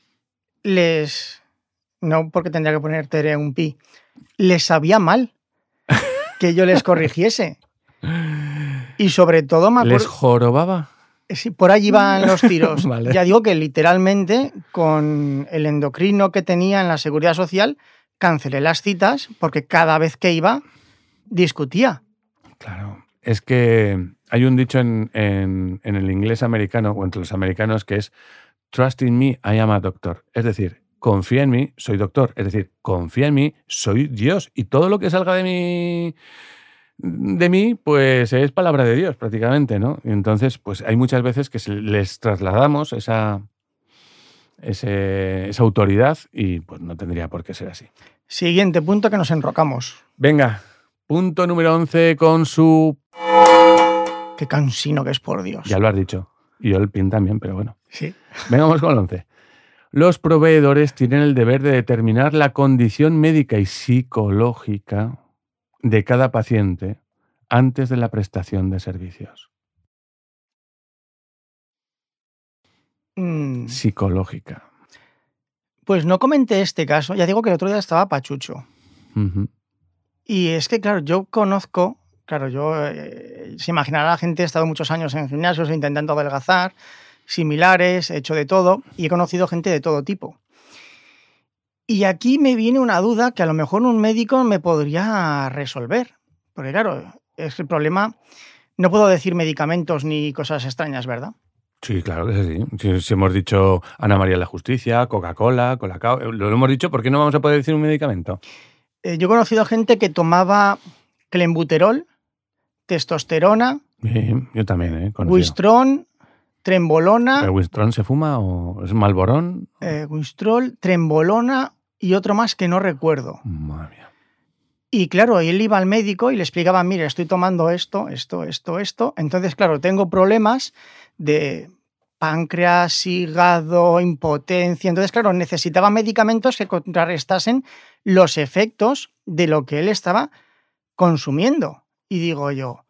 Speaker 2: no porque tendría que poner tere un pi, les sabía mal que yo les corrigiese. Y sobre todo me acuerdo...
Speaker 1: ¿Les jorobaba?
Speaker 2: Sí, por allí van los tiros.
Speaker 1: Vale.
Speaker 2: Ya digo que literalmente con el endocrino que tenía en la Seguridad Social cancelé las citas porque cada vez que iba discutía.
Speaker 1: Claro, es que hay un dicho en el inglés americano o entre los americanos que es trust in me, I am a doctor. Es decir, confía en mí, soy doctor. Es decir, confía en mí, soy Dios. Y todo lo que salga de mí, pues es palabra de Dios prácticamente, ¿no? Y entonces, pues hay muchas veces que les trasladamos esa autoridad y pues no tendría por qué ser así.
Speaker 2: Siguiente punto que nos enrocamos.
Speaker 1: Venga, punto número 11 con su...
Speaker 2: Qué cansino que es, por Dios.
Speaker 1: Ya lo has dicho. Y yo el PIN también, pero bueno.
Speaker 2: Sí.
Speaker 1: Venga, vamos con el 11. Los proveedores tienen el deber de determinar la condición médica y psicológica de cada paciente antes de la prestación de servicios. Psicológica.
Speaker 2: Pues no comenté este caso. Ya digo que el otro día estaba pachucho.
Speaker 1: Uh-huh.
Speaker 2: Y es que, claro, yo conozco... Claro, se imaginará la gente, he estado muchos años en gimnasios intentando adelgazar, similares, he hecho de todo y he conocido gente de todo tipo. Y aquí me viene una duda que a lo mejor un médico me podría resolver. Porque claro, es el problema, no puedo decir medicamentos ni cosas extrañas, ¿verdad?
Speaker 1: Sí, claro que sí. Si hemos dicho Ana María de la Justicia, Coca-Cola, Colacao, lo hemos dicho, ¿por qué no vamos a poder decir un medicamento?
Speaker 2: Yo he conocido gente que clenbuterol, testosterona,
Speaker 1: yo también,
Speaker 2: Winstrol, trembolona.
Speaker 1: ¿El Winstrol se fuma o es Malborón?
Speaker 2: Winstrol, trembolona y otro más que no recuerdo.
Speaker 1: Madre mía.
Speaker 2: Y claro, él iba al médico y le explicaba, mire, estoy tomando esto. Entonces, claro, tengo problemas de páncreas, hígado, impotencia. Entonces, claro, necesitaba medicamentos que contrarrestasen los efectos de lo que él estaba consumiendo. Y digo yo,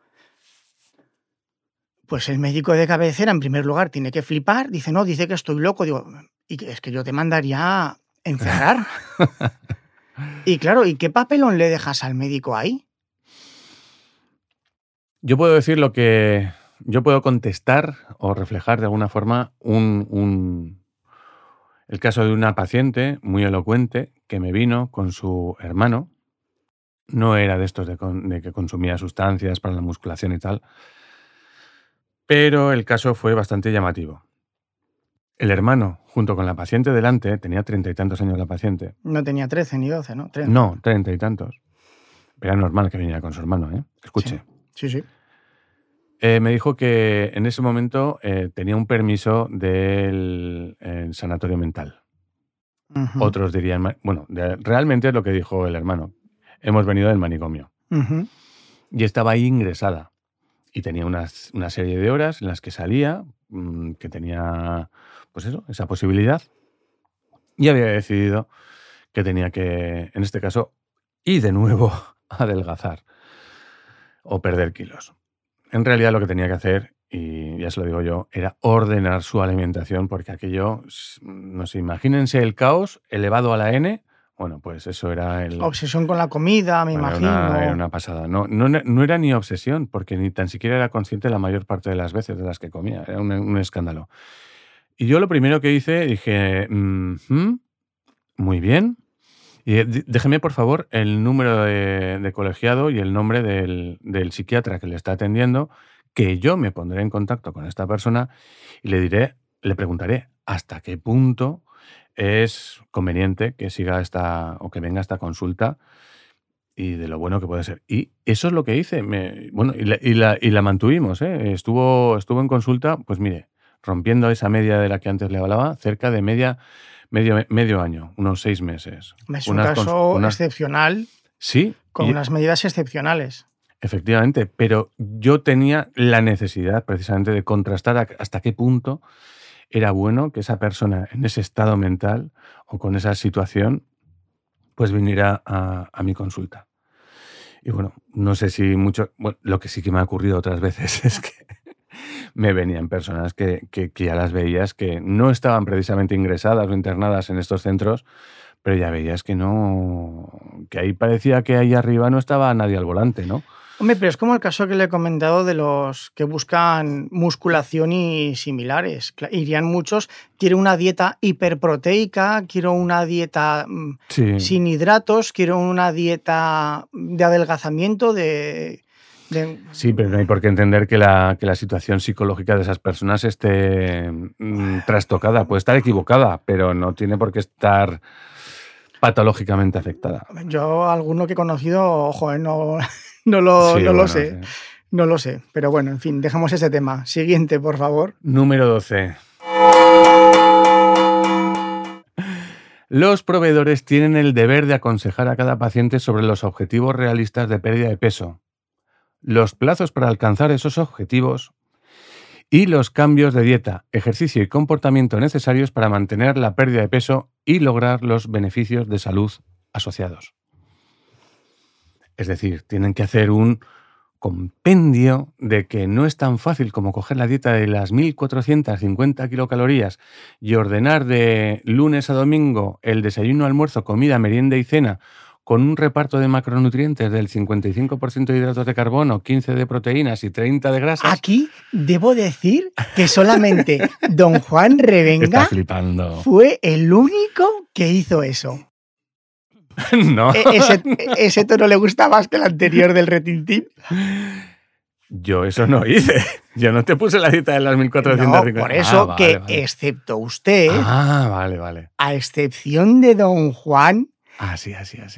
Speaker 2: pues el médico de cabecera, en primer lugar, tiene que flipar. Dice, no, dice que estoy loco. Digo, y es que yo te mandaría a encerrar. Y claro, ¿y qué papelón le dejas al médico ahí?
Speaker 1: Yo puedo decir lo que... Yo puedo contestar o reflejar de alguna forma el caso de una paciente muy elocuente que me vino con su hermano. No era de estos de que consumía sustancias para la musculación y tal, pero el caso fue bastante llamativo. El hermano, junto con la paciente delante, tenía 30 y tantos años la paciente.
Speaker 2: No tenía 13 ni 12, ¿no? 30.
Speaker 1: No, 30 y tantos. Era normal que viniera con su hermano, ¿eh? Escuche.
Speaker 2: Sí.
Speaker 1: Me dijo que en ese momento tenía un permiso del sanatorio mental.
Speaker 2: Ujú.
Speaker 1: Otros dirían, bueno, realmente es lo que dijo el hermano. Hemos venido del manicomio.
Speaker 2: Ujú.
Speaker 1: Y estaba ahí ingresada. Y tenía una serie de horas en las que salía, que tenía, pues eso, esa posibilidad. Y había decidido que tenía que, en este caso, y de nuevo, adelgazar o perder kilos. En realidad lo que tenía que hacer, y ya se lo digo yo, era ordenar su alimentación, porque aquello, no sé, imagínense el caos elevado a la N. Bueno, pues eso era el...
Speaker 2: Obsesión con la comida, me
Speaker 1: Bueno,
Speaker 2: imagino.
Speaker 1: era una pasada. No era ni obsesión, porque ni tan siquiera era consciente la mayor parte de las veces de las que comía. Era un escándalo. Y yo lo primero que hice, dije, muy bien. Y déjeme, por favor, el número de colegiado y el nombre del psiquiatra que le está atendiendo, que yo me pondré en contacto con esta persona y le preguntaré hasta qué punto es conveniente que siga o que venga esta consulta y de lo bueno que puede ser. Y eso es lo que hice. Bueno, y la mantuvimos, ¿eh? Estuvo en consulta, pues mire, rompiendo esa media de la que antes le hablaba, cerca de medio año, unos 6 meses.
Speaker 2: Es un caso excepcional.
Speaker 1: Sí.
Speaker 2: Con unas medidas excepcionales.
Speaker 1: Efectivamente, pero yo tenía la necesidad precisamente de contrastar hasta qué punto era bueno que esa persona en ese estado mental o con esa situación pues viniera a mi consulta. Y bueno, no sé si mucho... Bueno, lo que sí que me ha ocurrido otras veces es que me venían personas que ya las veías que no estaban precisamente ingresadas o internadas en estos centros, pero ya veías que no... que ahí parecía que ahí arriba no estaba nadie al volante, ¿no?
Speaker 2: Hombre, pero es como el caso que le he comentado de los que buscan musculación y similares. Irían muchos, quiero una dieta hiperproteica, quiero una dieta sin hidratos, quiero una dieta de adelgazamiento,
Speaker 1: Sí, pero no hay por qué entender que la situación psicológica de esas personas esté trastocada. Puede estar equivocada, pero no tiene por qué estar patológicamente afectada.
Speaker 2: Yo, alguno que he conocido, ojo, no lo sé. No lo sé. Pero bueno, en fin, dejamos ese tema. Siguiente, por favor.
Speaker 1: Número 12. Los proveedores tienen el deber de aconsejar a cada paciente sobre los objetivos realistas de pérdida de peso, los plazos para alcanzar esos objetivos y los cambios de dieta, ejercicio y comportamiento necesarios para mantener la pérdida de peso y lograr los beneficios de salud asociados. Es decir, tienen que hacer un compendio de que no es tan fácil como coger la dieta de las 1450 kilocalorías y ordenar de lunes a domingo el desayuno, almuerzo, comida, merienda y cena con un reparto de macronutrientes del 55% de hidratos de carbono, 15 de proteínas y 30 de grasas.
Speaker 2: Aquí debo decir que solamente don Juan Revenga
Speaker 1: está flipando.
Speaker 2: Fue el único que hizo eso.
Speaker 1: No.
Speaker 2: ¿Ese tono le gusta más que el anterior del retintín?
Speaker 1: Yo eso no hice. Yo no te puse la dieta de las 1450.
Speaker 2: No, por eso
Speaker 1: vale.
Speaker 2: excepto usted,
Speaker 1: vale.
Speaker 2: A excepción de don Juan,
Speaker 1: así.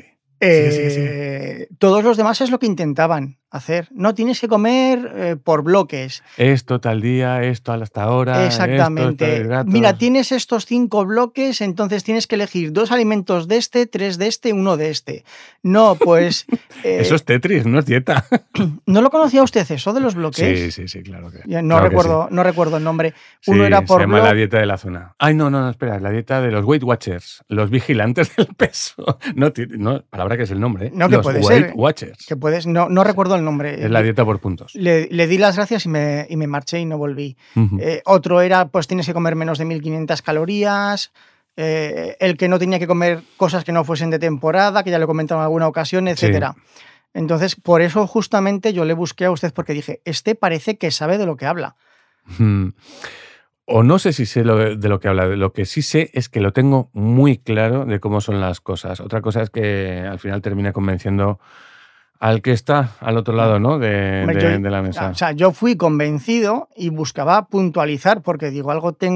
Speaker 2: todos los demás es lo que intentaban hacer. No tienes que comer por bloques.
Speaker 1: Esto tal día, esto hasta ahora.
Speaker 2: Exactamente. Mira, tienes estos 5 bloques, entonces tienes que elegir 2 alimentos de este, 3 de este, 1 de este. No, pues...
Speaker 1: Eso es Tetris, no es dieta.
Speaker 2: ¿No lo conocía usted eso de los bloques?
Speaker 1: Sí, claro que
Speaker 2: no recuerdo el nombre. Uno era por
Speaker 1: se llama la dieta de la zona. Ay, no, espera, la dieta de los Weight Watchers, los vigilantes del peso. No, palabra que es el nombre, ¿eh?
Speaker 2: No, que
Speaker 1: los
Speaker 2: puede
Speaker 1: Weight
Speaker 2: ser.
Speaker 1: Watchers.
Speaker 2: Que puedes, no recuerdo el nombre.
Speaker 1: Es la dieta por puntos.
Speaker 2: Le di las gracias y me marché y no volví.
Speaker 1: Uh-huh.
Speaker 2: Otro era, pues tienes que comer menos de 1500 calorías. el que no tenía que comer cosas que no fuesen de temporada, que ya lo he comentado en alguna ocasión, etcétera. Sí. Entonces, por eso justamente yo le busqué a usted porque dije, parece que sabe de lo que habla.
Speaker 1: O no sé si sé de lo que habla. Lo que sí sé es que lo tengo muy claro de cómo son las cosas. Otra cosa es que al final termine convenciendo al que está al otro lado, ¿no? de la mesa.
Speaker 2: O sea, yo fui convencido y buscaba puntualizar porque digo,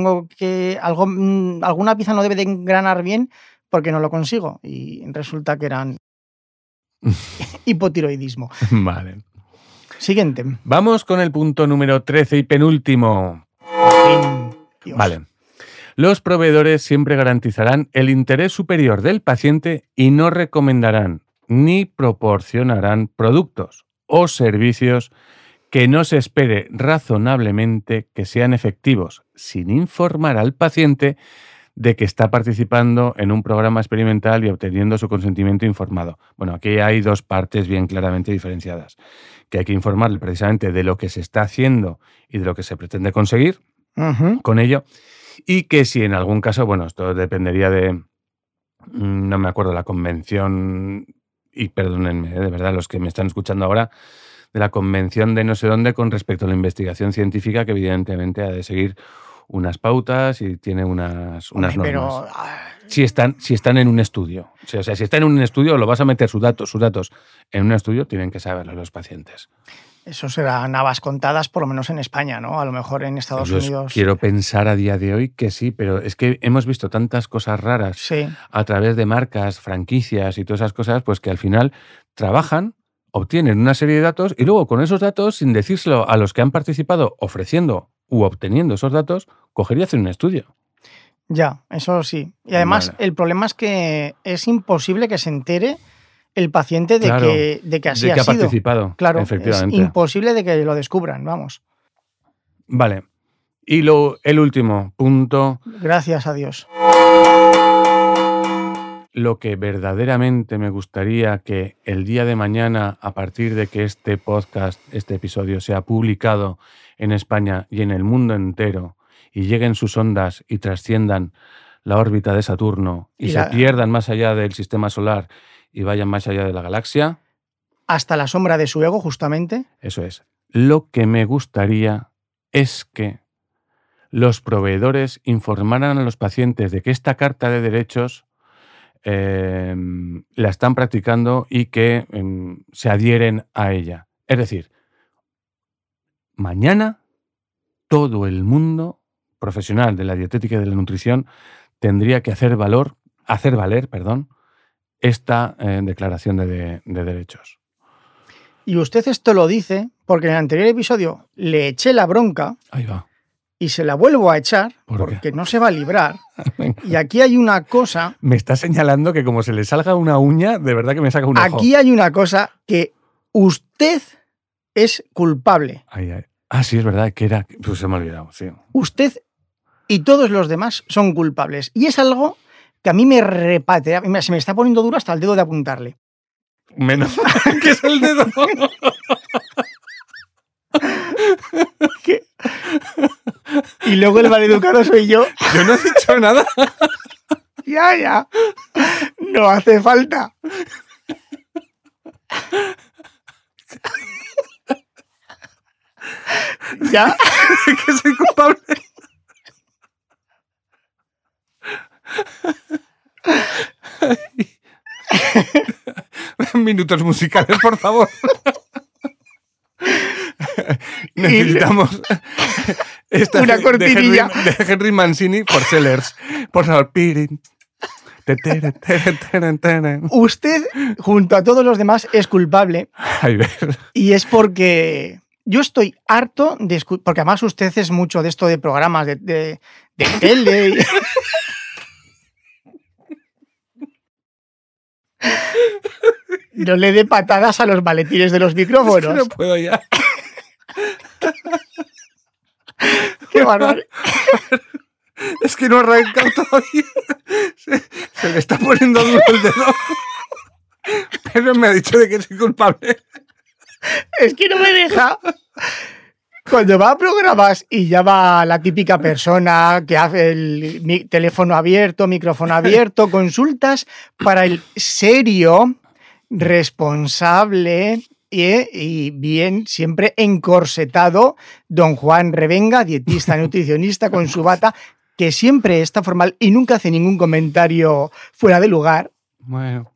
Speaker 2: alguna pieza no debe de engranar bien porque no lo consigo. Y resulta que eran hipotiroidismo.
Speaker 1: Vale.
Speaker 2: Siguiente.
Speaker 1: Vamos con el punto número 13 y penúltimo. Vale. Los proveedores siempre garantizarán el interés superior del paciente y no recomendarán ni proporcionarán productos o servicios que no se espere razonablemente que sean efectivos, sin informar al paciente de que está participando en un programa experimental y obteniendo su consentimiento informado. Bueno, aquí hay dos partes bien claramente diferenciadas, que hay que informarle precisamente de lo que se está haciendo y de lo que se pretende conseguir con ello, y que si en algún caso, bueno, esto dependería de, no me acuerdo, la convención, y perdónenme, de verdad, los que me están escuchando ahora, de la convención de no sé dónde con respecto a la investigación científica, que evidentemente ha de seguir unas pautas y tiene unas normas.
Speaker 2: Pero
Speaker 1: si están en un estudio. O sea, si están en un estudio, lo vas a meter sus datos en un estudio, tienen que saberlo los pacientes.
Speaker 2: Eso serán habas contadas, por lo menos en España, ¿no? A lo mejor en Estados Unidos.
Speaker 1: Quiero pensar a día de hoy que sí, pero es que hemos visto tantas cosas raras a través de marcas, franquicias y todas esas cosas, pues que al final trabajan, obtienen una serie de datos y luego con esos datos, sin decírselo a los que han participado ofreciendo u obteniendo esos datos, coger y hacer un estudio.
Speaker 2: Ya, eso sí. Y además el problema es que es imposible que se entere el paciente de que así
Speaker 1: de que
Speaker 2: ha
Speaker 1: ha
Speaker 2: sido.
Speaker 1: Participado.
Speaker 2: Claro,
Speaker 1: efectivamente.
Speaker 2: Es imposible de que lo descubran, vamos.
Speaker 1: Vale. Y el último punto.
Speaker 2: Gracias a Dios.
Speaker 1: Lo que verdaderamente me gustaría que el día de mañana, a partir de que este podcast, este episodio, sea publicado en España y en el mundo entero, y lleguen sus ondas y trasciendan la órbita de Saturno y se pierdan más allá del sistema solar y vayan más allá de la galaxia.
Speaker 2: Hasta la sombra de su ego, justamente.
Speaker 1: Eso es. Lo que me gustaría es que los proveedores informaran a los pacientes de que esta carta de derechos la están practicando y que se adhieren a ella. Es decir, mañana todo el mundo profesional de la dietética y de la nutrición tendría que hacer valer esta declaración de derechos.
Speaker 2: Y usted esto lo dice porque en el anterior episodio le eché la bronca.
Speaker 1: Ahí va.
Speaker 2: Y se la vuelvo a echar porque no se va a librar. Y aquí hay una cosa...
Speaker 1: Me está señalando que como se le salga una uña, de verdad que me saca un ojo.
Speaker 2: Aquí hay una cosa que usted es culpable.
Speaker 1: Ah, sí, es verdad que era... Pues se me ha olvidado, sí.
Speaker 2: Usted y todos los demás son culpables. Y es algo que a mí me repatea. Se me está poniendo duro hasta el dedo de apuntarle.
Speaker 1: Menos que es el dedo.
Speaker 2: ¿Qué? Y luego el maleducado soy yo.
Speaker 1: Yo no he dicho nada.
Speaker 2: Ya. No hace falta. ¿Ya?
Speaker 1: Que soy culpable. Minutos musicales, por favor. Necesitamos
Speaker 2: una cortinilla
Speaker 1: de Henry Mancini por Sellers. Por favor.
Speaker 2: Usted, junto a todos los demás, es culpable. Y es porque yo estoy harto de porque además usted es mucho de esto de programas de tele. No le dé patadas a los maletines de los micrófonos.
Speaker 1: Es que no puedo ya.
Speaker 2: Qué bárbaro.
Speaker 1: Es que no arranca todavía. Se le está poniendo duro el dedo. Pero me ha dicho de que soy culpable.
Speaker 2: Es que no me deja. Cuando va a programas y ya va la típica persona que hace el teléfono abierto, micrófono abierto, consultas para el serio, responsable y bien, siempre encorsetado, don Juan Revenga, dietista, nutricionista, con su bata, que siempre está formal y nunca hace ningún comentario fuera de lugar.
Speaker 1: Bueno.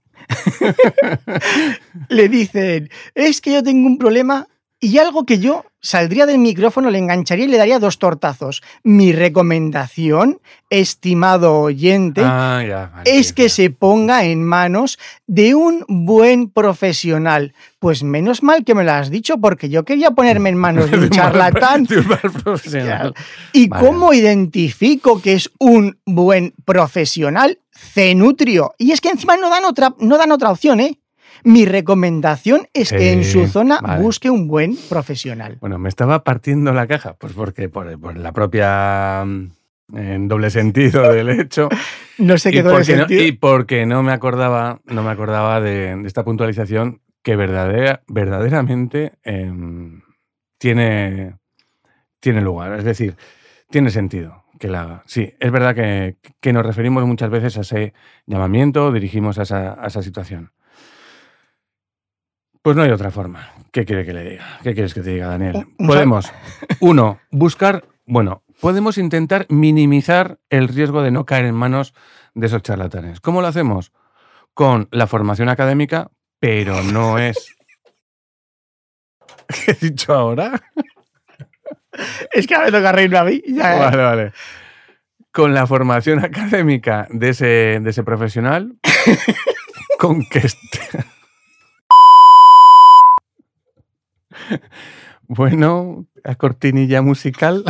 Speaker 2: Le dicen, es que yo tengo un problema y algo que yo saldría del micrófono, le engancharía y le daría 2 tortazos. Mi recomendación, estimado oyente, es que se ponga en manos de un buen profesional. Pues menos mal que me lo has dicho, porque yo quería ponerme en manos de un charlatán. ¿Y cómo identifico que es un buen profesional? Cenutrio. Y es que encima no dan otra opción, ¿eh? Mi recomendación es que en su zona busque un buen profesional.
Speaker 1: Bueno, me estaba partiendo la caja, pues porque por la propia en doble sentido del hecho.
Speaker 2: No sé qué doble sentido.
Speaker 1: Y porque no me acordaba de esta puntualización que verdaderamente tiene lugar. Es decir, tiene sentido que la haga. Sí, es verdad que nos referimos muchas veces a ese llamamiento, dirigimos a esa situación. Pues no hay otra forma. ¿Qué quiere que le diga? ¿Qué quieres que te diga, Daniel? Podemos, podemos intentar minimizar el riesgo de no caer en manos de esos charlatanes. ¿Cómo lo hacemos? Con la formación académica, pero no es... ¿Qué he dicho ahora?
Speaker 2: Es que a veces toca reírme a mí. Ya,
Speaker 1: Vale. Con la formación académica de ese profesional, con que Bueno, a cortinilla musical.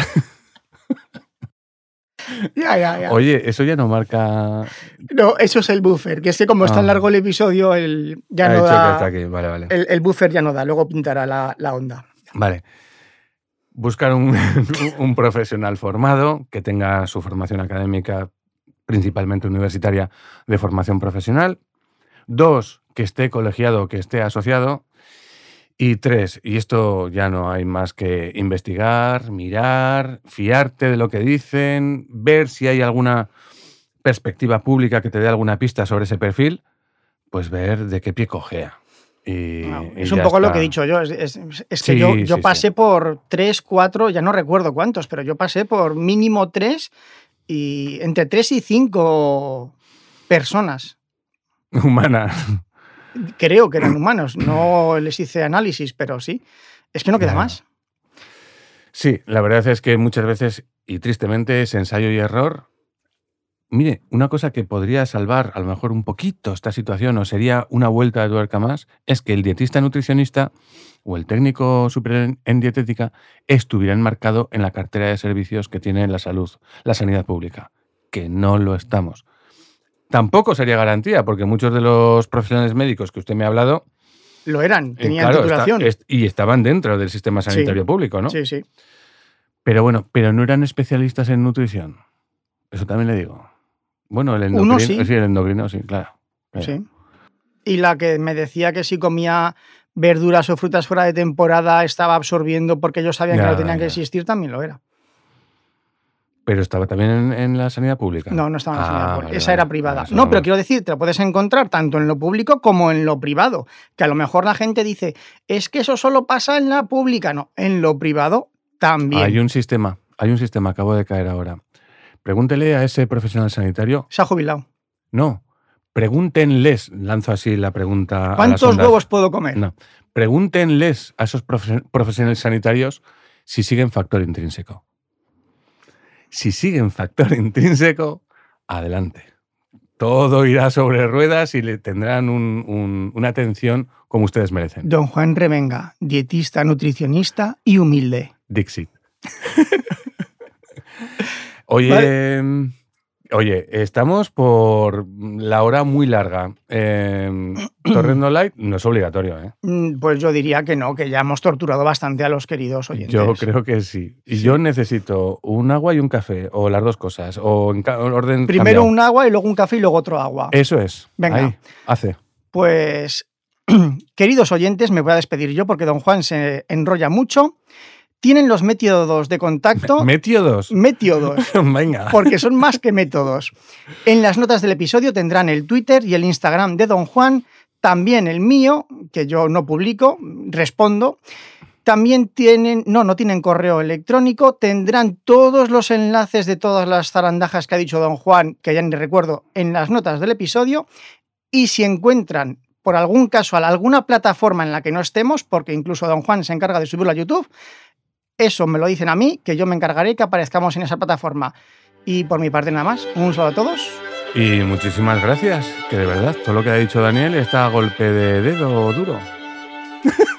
Speaker 2: Ya.
Speaker 1: Oye, eso ya no marca...
Speaker 2: No, eso es el buffer, que es que como es tan largo el episodio, ya no da...
Speaker 1: Está aquí. Vale.
Speaker 2: El buffer ya no da, luego pintará la onda.
Speaker 1: Vale. Buscar un profesional formado que tenga su formación académica, principalmente universitaria, de formación profesional. 2, que esté colegiado, que esté asociado. Y 3, y esto ya no hay más que investigar, mirar, fiarte de lo que dicen, ver si hay alguna perspectiva pública que te dé alguna pista sobre ese perfil, pues ver de qué pie cojea.
Speaker 2: Es un poco lo que he dicho yo. Es que yo pasé por 3, 4, ya no recuerdo cuántos, pero yo pasé por mínimo 3 y entre 3 y 5 personas.
Speaker 1: Humanas.
Speaker 2: Creo que eran humanos, no les hice análisis, pero sí. Es que no queda más.
Speaker 1: Sí, la verdad es que muchas veces, y tristemente, es ensayo y error. Mire, una cosa que podría salvar a lo mejor un poquito esta situación, o sería una vuelta de tuerca más, es que el dietista nutricionista o el técnico superior en dietética estuviera enmarcado en la cartera de servicios que tiene la sanidad pública, que no lo estamos. Tampoco sería garantía, porque muchos de los profesionales médicos que usted me ha hablado...
Speaker 2: Lo eran, tenían titulación.
Speaker 1: Y estaban dentro del sistema sanitario público, ¿no?
Speaker 2: Sí.
Speaker 1: Pero bueno, no eran especialistas en nutrición. Eso también le digo. Bueno, el endocrino...
Speaker 2: Uno sí.
Speaker 1: Sí, el endocrino, sí, claro.
Speaker 2: Sí. Y la que me decía que si comía verduras o frutas fuera de temporada estaba absorbiendo porque ellos sabían que no tenían que existir, también lo era.
Speaker 1: ¿Pero estaba también en la sanidad pública?
Speaker 2: No estaba en la sanidad pública. Esa era privada. No, pero quiero decir, te lo puedes encontrar tanto en lo público como en lo privado. Que a lo mejor la gente dice, es que eso solo pasa en la pública. No, en lo privado también.
Speaker 1: Hay un sistema, acabo de caer ahora. Pregúntele a ese profesional sanitario.
Speaker 2: Se ha jubilado.
Speaker 1: No, pregúntenles, lanzo así la pregunta.
Speaker 2: ¿Cuántos huevos puedo comer?
Speaker 1: No, pregúntenles a esos profesionales sanitarios si siguen factor intrínseco. Si siguen factor intrínseco, adelante. Todo irá sobre ruedas y le tendrán una atención como ustedes merecen.
Speaker 2: Don Juan Revenga, dietista, nutricionista y humilde.
Speaker 1: Dixit. Oye, estamos por la hora muy larga. Torrendo Light no es obligatorio, ¿eh?
Speaker 2: Pues yo diría que no, que ya hemos torturado bastante a los queridos oyentes.
Speaker 1: Yo creo que sí. Y yo necesito un agua y un café, o las dos cosas, o en orden
Speaker 2: primero cambiado. Un agua y luego un café y luego otro agua.
Speaker 1: Eso es.
Speaker 2: Venga.
Speaker 1: Ahí, hace.
Speaker 2: Pues, queridos oyentes, me voy a despedir yo porque don Juan se enrolla mucho. tienen los métodos de contacto.
Speaker 1: ¿Métodos?
Speaker 2: Métodos.
Speaker 1: Venga.
Speaker 2: Porque son más que métodos. En las notas del episodio tendrán el Twitter y el Instagram de Don Juan, también el mío, que yo no publico, respondo. También no tienen correo electrónico, tendrán todos los enlaces de todas las zarandajas que ha dicho Don Juan, que ya ni recuerdo, en las notas del episodio. Y si encuentran, por algún caso, alguna plataforma en la que no estemos, porque incluso Don Juan se encarga de subirlo a YouTube, eso me lo dicen a mí, que yo me encargaré que aparezcamos en esa plataforma. Y por mi parte nada más, un saludo a todos.
Speaker 1: Y muchísimas gracias, que de verdad, todo lo que ha dicho Daniel está a golpe de dedo duro.